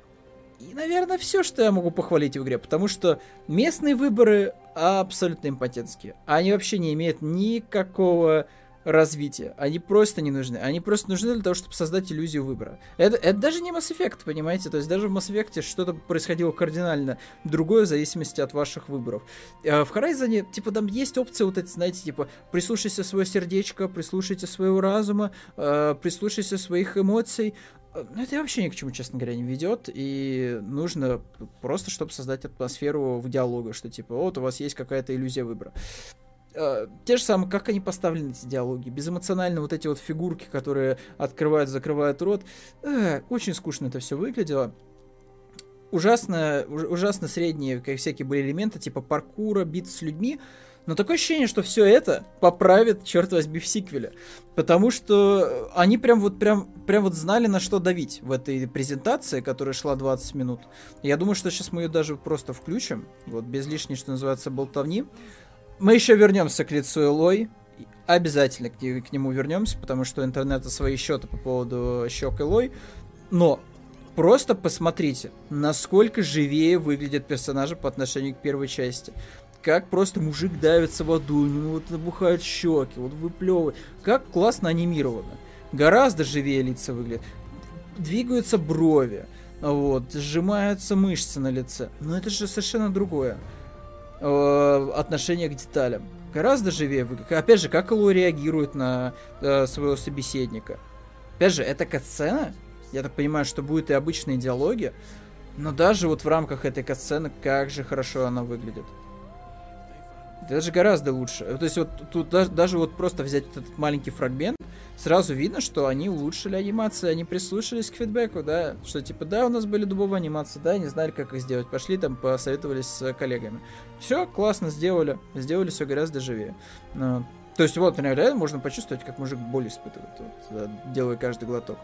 [SPEAKER 1] И, наверное, все, что я могу похвалить в игре, потому что местные выборы абсолютно импотентские. Они вообще не имеют никакого развития. Они просто не нужны. Они просто нужны для того, чтобы создать иллюзию выбора. Это, это даже не Mass Effect, понимаете? То есть даже в Mass Effect что-то происходило кардинально другое в зависимости от ваших выборов. В Horizon, типа, там есть опции вот эти, знаете, типа, прислушайся свое сердечко, прислушайся своего разума, прислушайся своих эмоций. Ну, это вообще ни к чему, честно говоря, не ведет, и нужно просто, чтобы создать атмосферу в диалога, что типа, вот у вас есть какая-то иллюзия выбора. Те же самые, как они поставлены, эти диалоги, безэмоционально вот эти вот фигурки, которые открывают, закрывают рот, э, очень скучно это все выглядело. Ужасно, ужасно средние, как всякие были элементы, типа паркура, бит с людьми. Но такое ощущение, что все это поправит, черт возьми, в сиквеле. Потому что они прям вот, прям, прям вот знали, на что давить в этой презентации, которая шла двадцать минут. Я думаю, что сейчас мы ее даже просто включим, вот без лишней, что называется, болтовни. Мы еще вернемся к лицу Элой. Обязательно к, к нему вернемся, потому что у интернета свои счеты по поводу щек Элой. Но просто посмотрите, насколько живее выглядят персонажи по отношению к первой части. Как просто мужик давится водой, у него вот набухают щеки, вот выплевывает. Как классно анимировано. Гораздо живее лица выглядят. Двигаются брови, вот, сжимаются мышцы на лице. Но это же совершенно другое э, отношение к деталям. Гораздо живее выглядит. Опять же, как Элой реагирует на э, своего собеседника. Опять же, это катсцена. Я так понимаю, что будут и обычные диалоги. Но даже вот в рамках этой катсцены, как же хорошо она выглядит. Это же гораздо лучше. То есть вот тут даже, даже вот просто взять этот маленький фрагмент, сразу видно, что они улучшили анимацию, они прислушались к фидбэку, да, что типа, да, у нас были дубовые анимации, да, не знали, как их сделать, пошли там, посоветовались с коллегами. Все, классно сделали, сделали все гораздо живее. Ну, то есть вот, реально можно почувствовать, как мужик боль испытывает, вот, делая каждый глоток.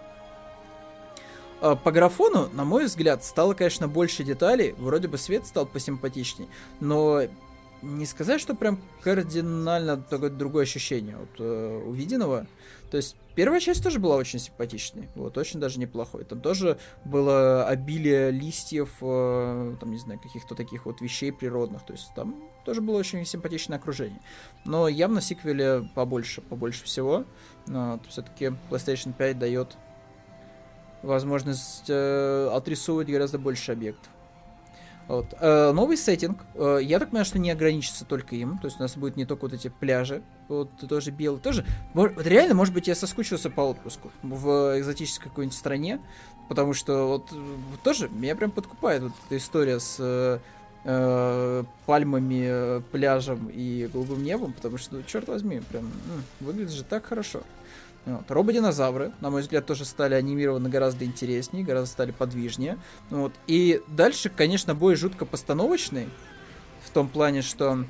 [SPEAKER 1] По графону, на мой взгляд, стало, конечно, больше деталей, вроде бы свет стал посимпатичней, но не сказать, что прям кардинально такое другое ощущение от э, увиденного. То есть первая часть тоже была очень симпатичной, вот, очень даже неплохой. Там тоже было обилие листьев, э, там, не знаю, каких-то таких вот вещей природных. То есть там тоже было очень симпатичное окружение. Но явно в сиквеле побольше, побольше всего. Но все-таки PlayStation пять дает возможность э, отрисовывать гораздо больше объектов. Вот. Э, новый сеттинг, э, я так понимаю, что не ограничится только им, то есть у нас будет не только вот эти пляжи, вот тоже белые, тоже, вот реально, может быть, я соскучился по отпуску в экзотической какой-нибудь стране, потому что вот, вот тоже меня прям подкупает вот эта история с э, э, пальмами, пляжем и голубым небом, потому что, ну, черт возьми, прям м, выглядит же так хорошо. Вот. Рободинозавры, на мой взгляд, тоже стали анимированы гораздо интереснее, гораздо стали подвижнее. Вот. И дальше, конечно, бой жутко постановочный, в том плане, что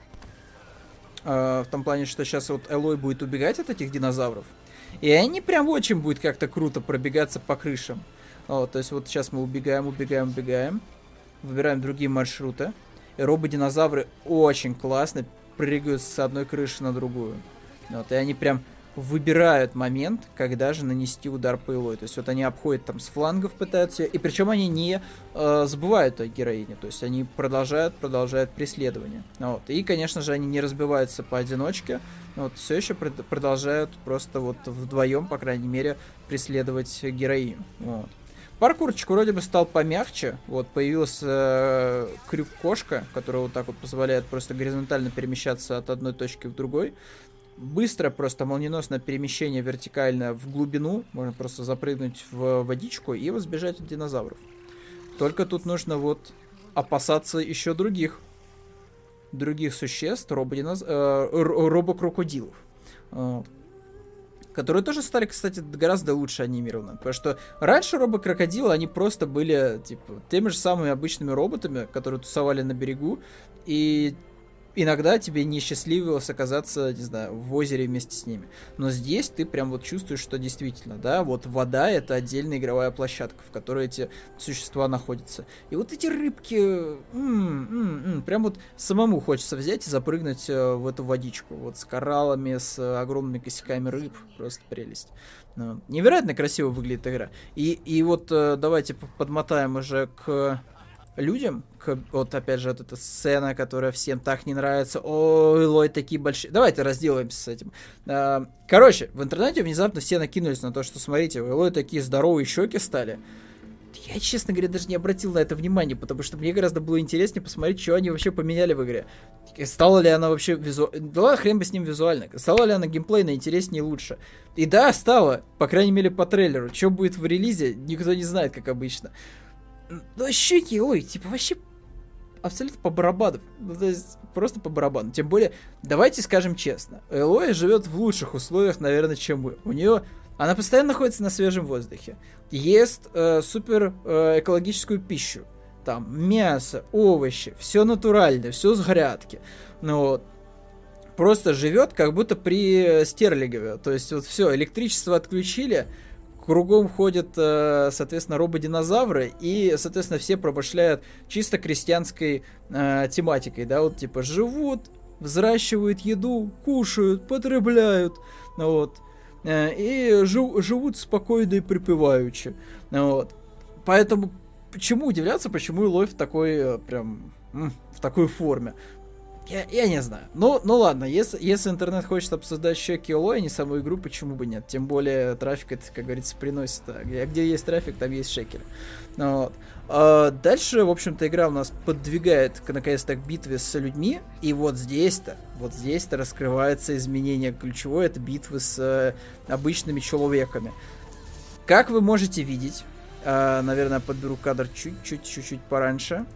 [SPEAKER 1] э, в том плане, что сейчас вот Элой будет убегать от этих динозавров, и они прям очень будет как-то круто пробегаться по крышам. Вот, то есть вот сейчас мы убегаем, убегаем, убегаем, выбираем другие маршруты. И рободинозавры очень классно прыгают с одной крыши на другую. Вот, и они прям выбирают момент, когда же нанести удар по Элой. То есть вот они обходят там с флангов, пытаются, и причем они не э, забывают о героине, то есть они продолжают, продолжают преследование. Вот. И, конечно же, они не разбиваются поодиночке, вот, все еще пр- продолжают просто вот вдвоем, по крайней мере, преследовать героиню. Вот. Паркурчик вроде бы стал помягче, вот, появился э, крюк-кошка, который вот так вот позволяет просто горизонтально перемещаться от одной точки в другой. Быстро, просто молниеносное перемещение вертикально в глубину. Можно просто запрыгнуть в водичку и возбежать от динозавров. Только тут нужно вот опасаться еще других. Других существ, рободиноз... э, робокрокодилов. Вот. Которые тоже стали, кстати, гораздо лучше анимированы. Потому что раньше робокрокодилы, они просто были, типа, теми же самыми обычными роботами, которые тусовали на берегу. И иногда тебе не счастливилось оказаться, не знаю, в озере вместе с ними. Но здесь ты прям вот чувствуешь, что действительно, да, вот вода — это отдельная игровая площадка, в которой эти существа находятся. И вот эти рыбки, м-м-м, прям вот самому хочется взять и запрыгнуть в эту водичку. Вот с кораллами, с огромными косяками рыб. Просто прелесть. Ну, невероятно красиво выглядит игра. И, и вот давайте подмотаем уже к людям, к, вот опять же вот эта сцена, которая всем так не нравится. Ой, Лой, такие большие. Давайте разделаемся с этим. А, короче, в интернете внезапно все накинулись на то, что, смотрите, у Лой такие здоровые щеки стали. Я, честно говоря, даже не обратил на это внимания, потому что мне гораздо было интереснее посмотреть, что они вообще поменяли в игре. Стала ли она вообще визуально... Да ладно, хрен бы с ним визуально. Стала ли она геймплейно интереснее и лучше? И да, стала. По крайней мере, по трейлеру. Что будет в релизе, никто не знает, как обычно. Ну, щеки, ой, типа, вообще абсолютно по барабану. Ну, то есть, просто по барабану. Тем более, давайте скажем честно, Элой живет в лучших условиях, наверное, чем мы. У нее... Она постоянно находится на свежем воздухе. Ест э, супер э, экологическую пищу. Там мясо, овощи, все натуральное, все с грядки. Ну вот. Просто живет, как будто при Стерлигове. То есть, вот все, электричество отключили. Кругом ходят, соответственно, рободинозавры, и, соответственно, все промышляют чисто крестьянской э, тематикой, да, вот, типа, живут, взращивают еду, кушают, потребляют, вот, э, и жив, живут спокойно и припеваючи, вот. Поэтому, почему удивляться, почему Элой в такой, прям, в такой форме? Я, я не знаю. Ну, ну ладно, если, если интернет хочет обсуждать щеки Элой, а не саму игру, почему бы нет? Тем более трафик это, как говорится, приносит. А где, где есть трафик, там есть шекели. Ну, вот. А дальше, в общем-то, игра у нас подвигает наконец-то к битве с людьми. И вот здесь-то, вот здесь-то раскрывается изменение ключевое. Это битвы с э, обычными человеками. Как вы можете видеть, э, наверное, подберу кадр чуть-чуть, чуть-чуть пораньше.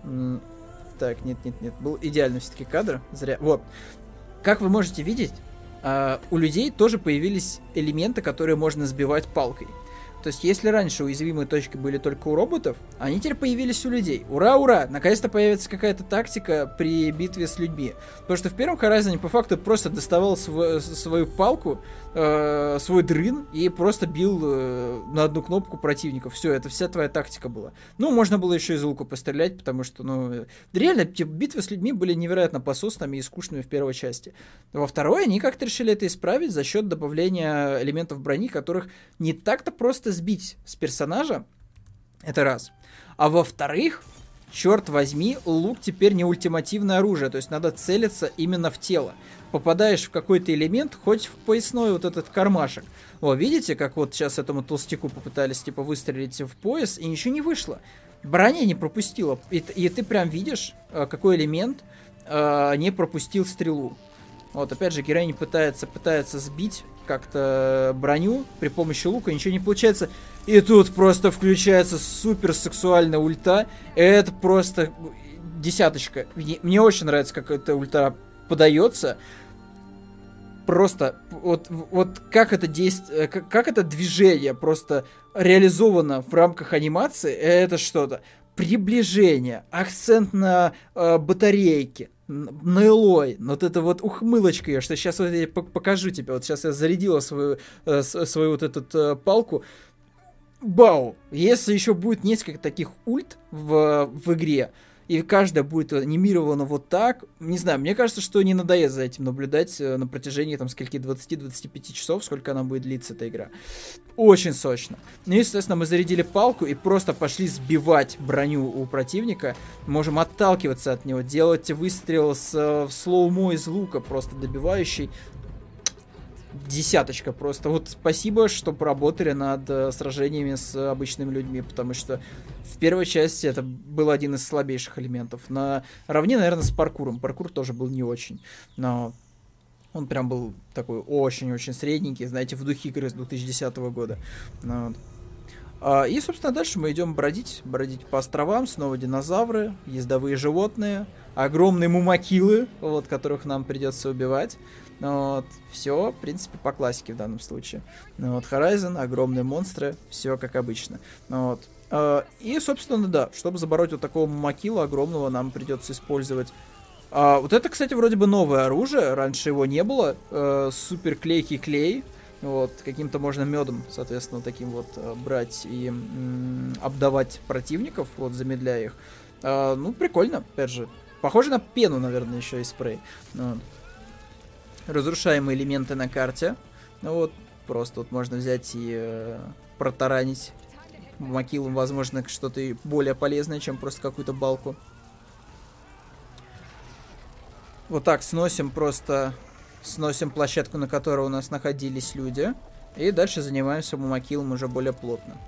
[SPEAKER 1] Так, нет, нет, нет, был идеальный все-таки кадр, зря. Вот, как вы можете видеть, э, у людей тоже появились элементы, которые можно сбивать палкой. То есть, если раньше уязвимые точки были только у роботов, они теперь появились у людей. Ура, ура! Наконец-то появится какая-то тактика при битве с людьми. Потому что в первом Horizon по факту просто доставал св- свою палку, э- свой дрын и просто бил э- на одну кнопку противников. Все, это вся твоя тактика была. Ну, можно было еще из лука пострелять, потому что, ну, реально, типа, битвы с людьми были невероятно пососными и скучными в первой части. Во второй они как-то решили это исправить за счет добавления элементов брони, которых не так-то просто сбить с персонажа, это раз. А во-вторых, черт возьми, лук теперь не ультимативное оружие, то есть надо целиться именно в тело. Попадаешь в какой-то элемент, хоть в поясной вот этот кармашек. О, видите, как вот сейчас этому толстяку попытались типа выстрелить в пояс, и ничего не вышло. Броня не пропустила, и, и ты прям видишь, какой элемент э, не пропустил стрелу. Вот, опять же, героиня пытается, пытается сбить как-то броню при помощи лука, ничего не получается. И тут просто включается супер сексуальная ульта. Это просто десяточка. Мне, мне очень нравится, как эта ульта подается. Просто вот, вот как это действие, как, как это движение просто реализовано в рамках анимации, это что-то. Приближение, акцент на э, батарейке, на Элой, вот это вот ухмылочка ее, что сейчас вот я покажу тебе, вот сейчас я зарядила свою, э, свою вот эту э, палку, Бау! Если еще будет несколько таких ульт в, в игре, и каждая будет анимирована вот так, не знаю, мне кажется, что не надоест за этим наблюдать на протяжении там скольки двадцати-двадцати пяти часов, сколько она будет длиться, эта игра. Очень сочно. Ну и, естественно, мы зарядили палку и просто пошли сбивать броню у противника. Можем отталкиваться от него, делать выстрел с, в слоумо из лука, просто добивающий. Десяточка просто. Вот спасибо, что поработали над э, сражениями с обычными людьми, потому что в первой части это был один из слабейших элементов. На равне, наверное, с паркуром. Паркур тоже был не очень, но он прям был такой очень-очень средненький, знаете, в духе игры с две тысячи десятого года. Ну, вот. а, и, собственно, дальше мы идем бродить, бродить по островам, снова динозавры, ездовые животные, огромные мумакилы, вот, которых нам придется убивать. Вот, все, в принципе, по классике в данном случае. Вот, Horizon, огромные монстры, все как обычно. Вот. И, собственно, да, чтобы забороть вот такого мумакила огромного, нам придется использовать... А, вот это, кстати, вроде бы новое оружие, раньше его не было. А, супер клейкий клей. Вот, каким-то можно медом, соответственно, таким вот брать и м- обдавать противников, вот, замедляя их. А, ну, прикольно, опять же. Похоже на пену, наверное, еще и спрей. Вот. Разрушаемые элементы на карте. Ну вот, просто вот можно взять и э, протаранить макилом, возможно, что-то более полезное, чем просто какую-то балку. Вот так сносим просто, сносим площадку, на которой у нас находились люди. И дальше занимаемся макилом уже более плотно.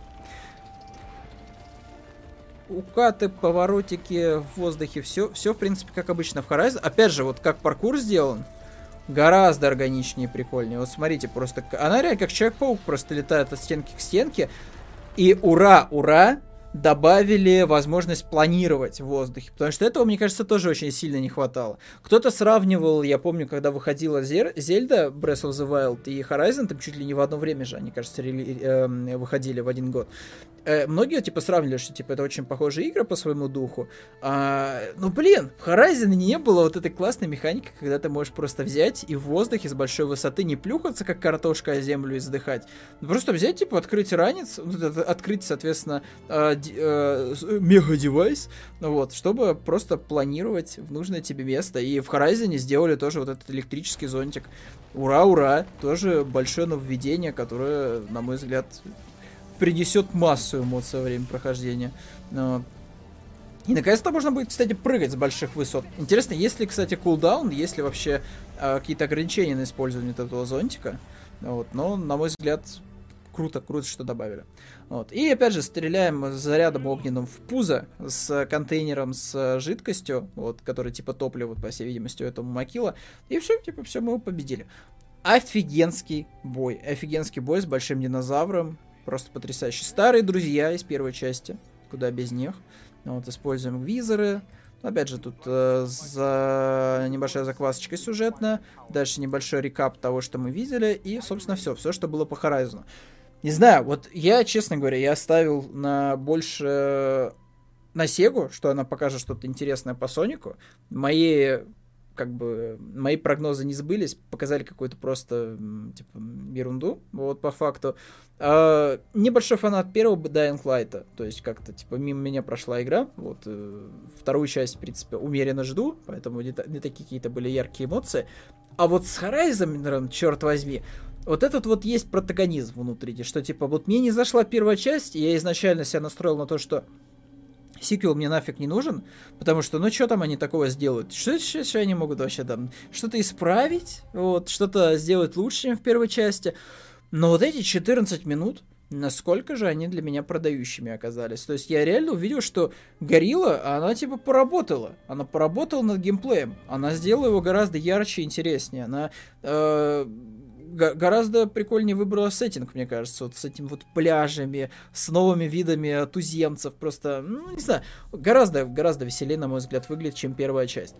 [SPEAKER 1] Укаты, поворотики в воздухе, все, все, в принципе, как обычно в Horizon. Опять же, вот как паркур сделан, гораздо органичнее и прикольнее. Вот смотрите, просто... Она реально как Человек-паук просто летает от стенки к стенке. И ура, ура, добавили возможность планировать в воздухе. Потому что этого, мне кажется, тоже очень сильно не хватало. Кто-то сравнивал, я помню, когда выходила Зер... Зельда, Breath of the Wild и Horizon, там чуть ли не в одно время же, они, кажется, рели... э, выходили в один год. Э, многие, типа, сравнивали, что, типа, это очень похожие игры по своему духу. А, ну, блин, в Horizon не было вот этой классной механики, когда ты можешь просто взять и в воздухе с большой высоты не плюхаться, как картошка, о землю и задыхать. Просто взять, типа, открыть ранец, открыть, соответственно, мега-девайс, вот, чтобы просто планировать в нужное тебе место. И в Horizon сделали тоже вот этот электрический зонтик. Ура, ура! Тоже большое нововведение, которое, на мой взгляд, принесет массу эмоций во время прохождения. Вот. И наконец-то можно будет, кстати, прыгать с больших высот. Интересно, есть ли, кстати, кулдаун, есть ли вообще э, какие-то ограничения на использование этого зонтика. Вот. Но, на мой взгляд, круто, круто, что добавили. Вот. И опять же стреляем зарядом огненным в пузо с контейнером с жидкостью, вот, который типа топлива, по всей видимости, у этого макила. И все, типа, все, мы его победили. Офигенский бой. Офигенский бой с большим динозавром. Просто потрясающий. Старые друзья из первой части. Куда без них. Вот, используем визоры. Опять же, тут э, за небольшая заквасочка сюжетная. Дальше небольшой рекап того, что мы видели. И, собственно, все. Все, что было по Horizon. Не знаю, вот я, честно говоря, я ставил на больше на Сегу, что она покажет что-то интересное по Сонику. Мои, как бы, мои прогнозы не сбылись, показали какую-то просто, типа, ерунду, вот, по факту. А, небольшой фанат первого Dying Light, то есть как-то, типа, мимо меня прошла игра, вот, вторую часть, в принципе, умеренно жду, поэтому не, не такие какие-то были яркие эмоции. А вот с Horizon, черт возьми, вот этот вот есть протагонизм внутри, что типа вот мне не зашла первая часть, и я изначально себя настроил на то, что сиквел мне нафиг не нужен, потому что ну что там они такого сделают? Что, что, что они могут вообще там? Что-то исправить, вот, что-то сделать лучше, чем в первой части. Но вот эти четырнадцать минут, насколько же они для меня продающими оказались. То есть я реально увидел, что Горилла, она типа поработала. Она поработала над геймплеем. Она сделала его гораздо ярче и интереснее. Она... Э- гораздо прикольнее выбрала сеттинг, мне кажется, вот с этими вот пляжами, с новыми видами туземцев, просто, ну, не знаю, гораздо, гораздо веселее, на мой взгляд, выглядит, чем первая часть.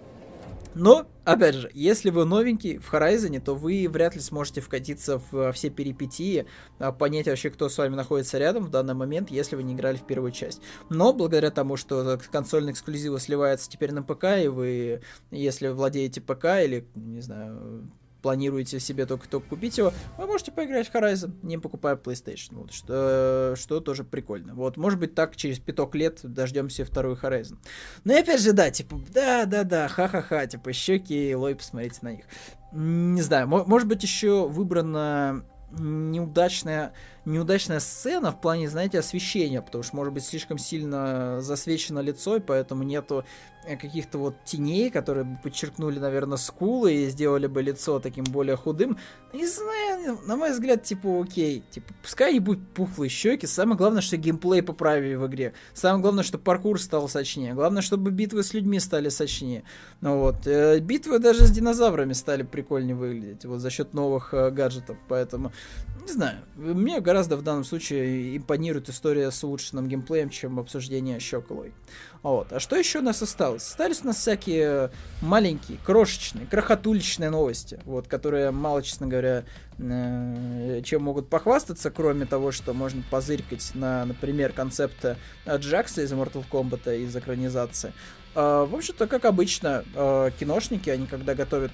[SPEAKER 1] Но, опять же, если вы новенький в Horizon, то вы вряд ли сможете вкатиться в все перипетии, понять вообще, кто с вами находится рядом в данный момент, если вы не играли в первую часть. Но, благодаря тому, что консольный эксклюзив сливается теперь на ПК, и вы, если владеете ПК или, не знаю, планируете себе только-только купить его, вы можете поиграть в Horizon, не покупая PlayStation, вот, что, что тоже прикольно. Вот, может быть, так через пяток лет дождемся второй Horizon. Но и опять же, да, типа, да-да-да, ха-ха-ха, типа, щеки и лой, посмотрите на них. Не знаю, может быть, еще выбрана неудачная, неудачная сцена в плане, знаете, освещения, потому что, может быть, слишком сильно засвечено лицо, и поэтому нету каких-то вот теней, которые бы подчеркнули, наверное, скулы и сделали бы лицо таким более худым. Не знаю, на мой взгляд, типа, окей. Типа, пускай и будут пухлые щеки. Самое главное, что геймплей поправили в игре. Самое главное, что паркур стал сочнее. Главное, чтобы битвы с людьми стали сочнее. Ну вот. Э, битвы даже с динозаврами стали прикольнее выглядеть. Вот за счет новых э, гаджетов. Поэтому, не знаю. Мне гораздо в данном случае импонирует история с улучшенным геймплеем, чем обсуждение щеколой. Вот. А что еще у нас осталось? Остались у нас всякие маленькие, крошечные, крохотуличные новости, вот, которые мало, честно говоря, э, чем могут похвастаться, кроме того, что можно позыркать на, например, концепты Джакса из Mortal Kombat, из экранизации. Э, в общем-то, как обычно, э, киношники, они когда готовят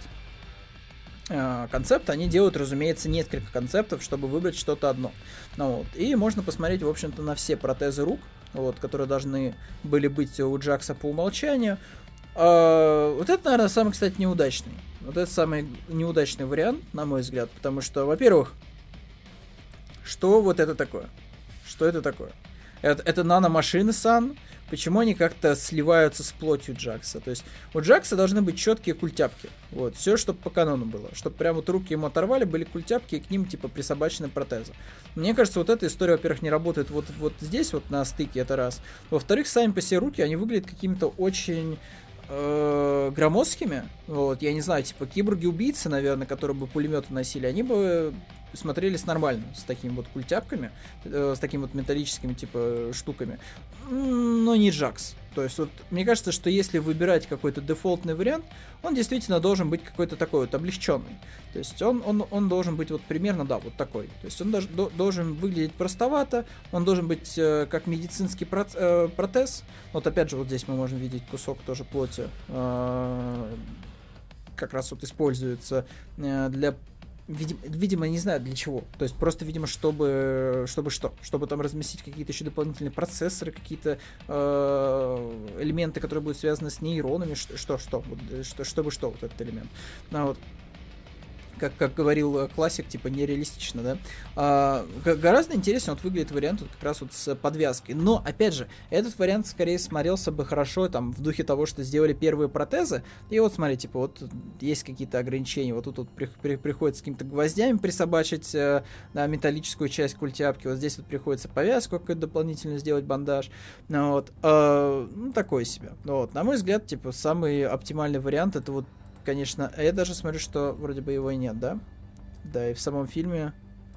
[SPEAKER 1] э, концепт, они делают, разумеется, несколько концептов, чтобы выбрать что-то одно. Ну, вот. И можно посмотреть, в общем-то, на все протезы рук, вот, которые должны были быть у Джакса по умолчанию. А, вот это, наверное, самый, кстати, неудачный. Вот это самый неудачный вариант, на мой взгляд, потому что, во-первых, что вот это такое? Что это такое? Это, это наномашины, сан. Почему они как-то сливаются с плотью Джакса? То есть у Джакса должны быть четкие культяпки. Вот, все, чтобы по канону было. Чтобы прям вот руки ему оторвали, были культяпки, и к ним типа присобачены протезы. Мне кажется, вот эта история, во-первых, не работает вот, вот здесь, вот на стыке, это раз. Во-вторых, сами по себе руки, они выглядят какими-то очень э, громоздкими. Вот, я не знаю, типа киборги-убийцы, наверное, которые бы пулеметы носили, они бы смотрелись нормально с такими вот культяпками, э, с такими вот металлическими типа штуками, но не Джакс. То есть вот мне кажется, что если выбирать какой-то дефолтный вариант, он действительно должен быть какой-то такой вот облегченный. То есть он, он, он должен быть вот примерно, да, вот такой. То есть он даже, до, должен выглядеть простовато, он должен быть э, как медицинский проц, э, протез. Вот опять же вот здесь мы можем видеть кусок тоже плоти, э, как раз вот используется э, для Видимо, видимо, не знаю для чего. То есть просто, видимо, чтобы, чтобы что? Чтобы там разместить какие-то еще дополнительные процессоры, какие-то э, элементы, которые будут связаны с нейронами. Что, что, что, вот, что чтобы что, вот этот элемент. Ну, вот. Как, как говорил классик, типа нереалистично, да. А, гораздо интереснее вот выглядит вариант вот как раз вот с подвязкой. Но, опять же, этот вариант скорее смотрелся бы хорошо там в духе того, что сделали первые протезы. И вот смотри, типа вот есть какие-то ограничения. Вот тут вот при, при, приходится с какими-то гвоздями присобачить э, на металлическую часть культяпки. Вот здесь вот приходится повязку какую-то дополнительно сделать, бандаж. Ну, вот. А, ну, такое себе. Вот. На мой взгляд, типа, самый оптимальный вариант это вот, конечно, я даже смотрю, что вроде бы его и нет, да? Да, и в самом фильме...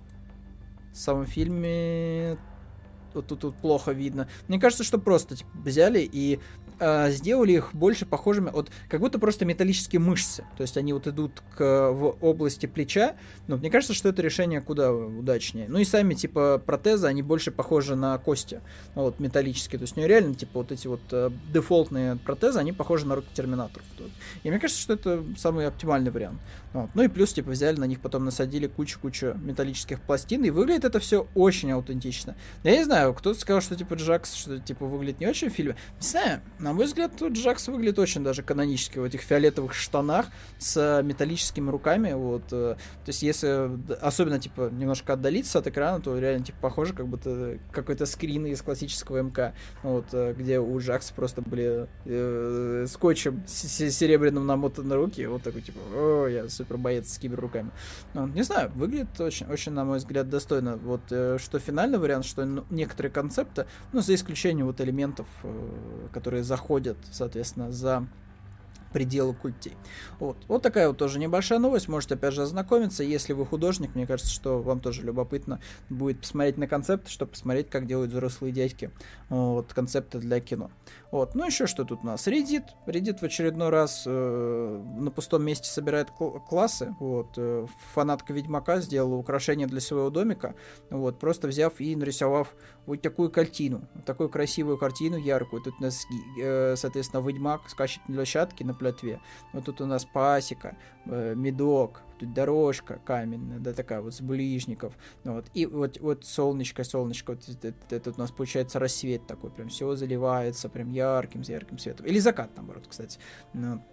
[SPEAKER 1] В самом фильме... Вот тут, тут плохо видно. Мне кажется, что просто типа, взяли и э, сделали их больше похожими... Вот как будто просто металлические мышцы. То есть они вот идут к, в области плеча. Но мне кажется, что это решение куда удачнее. Ну и сами типа протезы, они больше похожи на кости. Вот металлические. То есть ну реально типа вот эти вот э, дефолтные протезы, они похожи на руки терминаторов. И мне кажется, что это самый оптимальный вариант. Вот. Ну и плюс типа взяли на них, потом насадили кучу-кучу металлических пластин. И выглядит это все очень аутентично. Я не знаю, кто-то сказал, что типа Джакс, что типа выглядит не очень в фильме. Не знаю, на мой взгляд, тут Джакс выглядит очень даже канонически в этих фиолетовых штанах с металлическими руками. Вот. То есть, если особенно типа немножко отдалиться от экрана, то реально типа похоже, как будто какой-то скрин из классического МК. Вот, где у Джакса просто были э, скотчем серебряным намотаны руки. Вот такой типа, о, я супер боец с киберруками. Ну, не знаю, выглядит очень, очень, на мой взгляд, достойно. Вот э, что финальный вариант, что ну, некоторые концепты, ну, за исключением вот элементов, э, которые заходят, соответственно, за пределы культей. Вот. Вот такая вот тоже небольшая новость. Можете опять же ознакомиться. Если вы художник, мне кажется, что вам тоже любопытно будет посмотреть на концепты, чтобы посмотреть, как делают взрослые дядьки вот, концепты для кино. Вот. Ну, еще что тут у нас? Reddit. Reddit в очередной раз э, на пустом месте собирает кл- классы. Вот. Э, фанатка Ведьмака сделала украшение для своего домика. Вот. Просто взяв и нарисовав вот такую картину. Такую красивую картину, яркую. Тут у нас, э, соответственно, Ведьмак скачет на площадке, на плотве. Вот тут у нас пасека, э, медок, тут дорожка каменная, да, такая вот с булыжников. Вот. И вот, вот солнышко, солнышко, вот это, это у нас получается рассвет такой, прям все заливается прям ярким, ярким светом. Или закат, наоборот, кстати. Ну,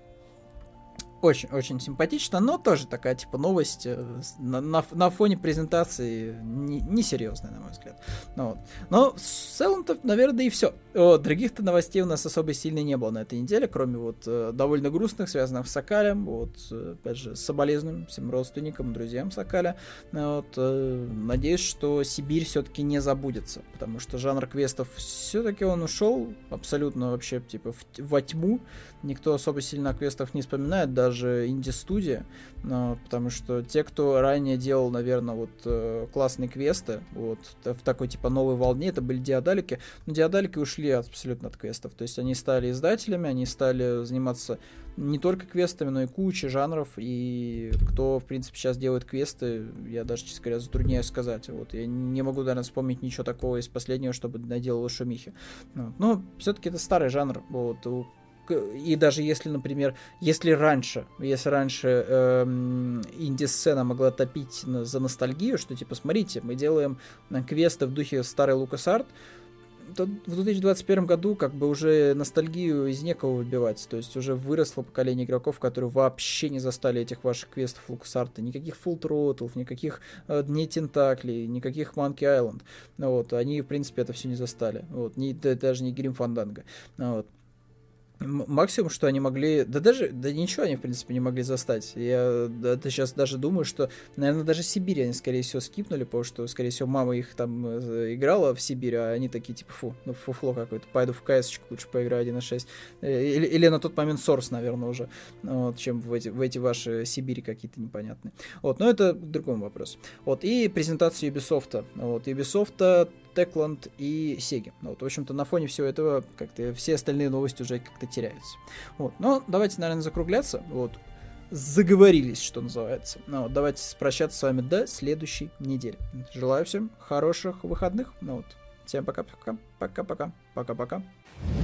[SPEAKER 1] Очень-очень симпатично, но тоже такая, типа, новость на, на, на фоне презентации несерьезная, не на мой взгляд. Ну, вот. Но в целом-то, наверное, и все. Вот, других-то новостей у нас особо сильно не было на этой неделе, кроме вот довольно грустных, связанных с Сокалем, вот, опять же, с соболезнуем всем родственникам, друзьям Сокаля. Вот, надеюсь, что Сибирь все-таки не забудется, потому что жанр квестов все-таки он ушел абсолютно вообще, типа, в, во тьму. Никто особо сильно о квестах не вспоминает, даже инди-студия, но, потому что те, кто ранее делал, наверное, вот э, классные квесты, вот в такой типа новой волне, это были диадалики, но диадалики ушли абсолютно от квестов, то есть они стали издателями, они стали заниматься не только квестами, но и кучей жанров, и кто, в принципе, сейчас делает квесты, я даже, честно говоря, затрудняюсь сказать, вот, я не могу, наверное, вспомнить ничего такого из последнего, чтобы наделало шумихи, вот. Но все-таки это старый жанр, вот. И даже если, например, если раньше, если раньше эм, инди-сцена могла топить на, за ностальгию, что типа, смотрите, мы делаем квесты в духе старой LucasArts, то в две тысячи двадцать первом году как бы уже ностальгию из некого выбивать, то есть уже выросло поколение игроков, которые вообще не застали этих ваших квестов LucasArts, никаких Full Throttle, никаких э, Дней Тентаклей, никаких Monkey Island, вот, они, в принципе, это все не застали, вот, не, даже не Grim Fandango, вот. Максимум, что они могли... Да даже... Да ничего они, в принципе, не могли застать. Я да, сейчас даже думаю, что, наверное, даже Сибирь они, скорее всего, скипнули, потому что, скорее всего, мама их там играла в Сибирь, а они такие, типа, фу, ну фуфло какое-то, пойду в КС-очку, лучше поиграю один на шесть. Или, или на тот момент Source, наверное, уже, вот, чем в эти, в эти ваши Сибири какие-то непонятные. Вот, но это к другому вопросу. Вот, и презентация Ubisoft. Вот, Ubisoft, Techland и Sega. Вот, в общем-то, на фоне всего этого как-то все остальные новости уже как-то теряются. Вот, но давайте, наверное, закругляться. Вот, заговорились, что называется. Ну, вот, давайте прощаться с вами до следующей недели. Желаю всем хороших выходных. Ну, вот, всем пока-пока. Пока-пока. Пока-пока.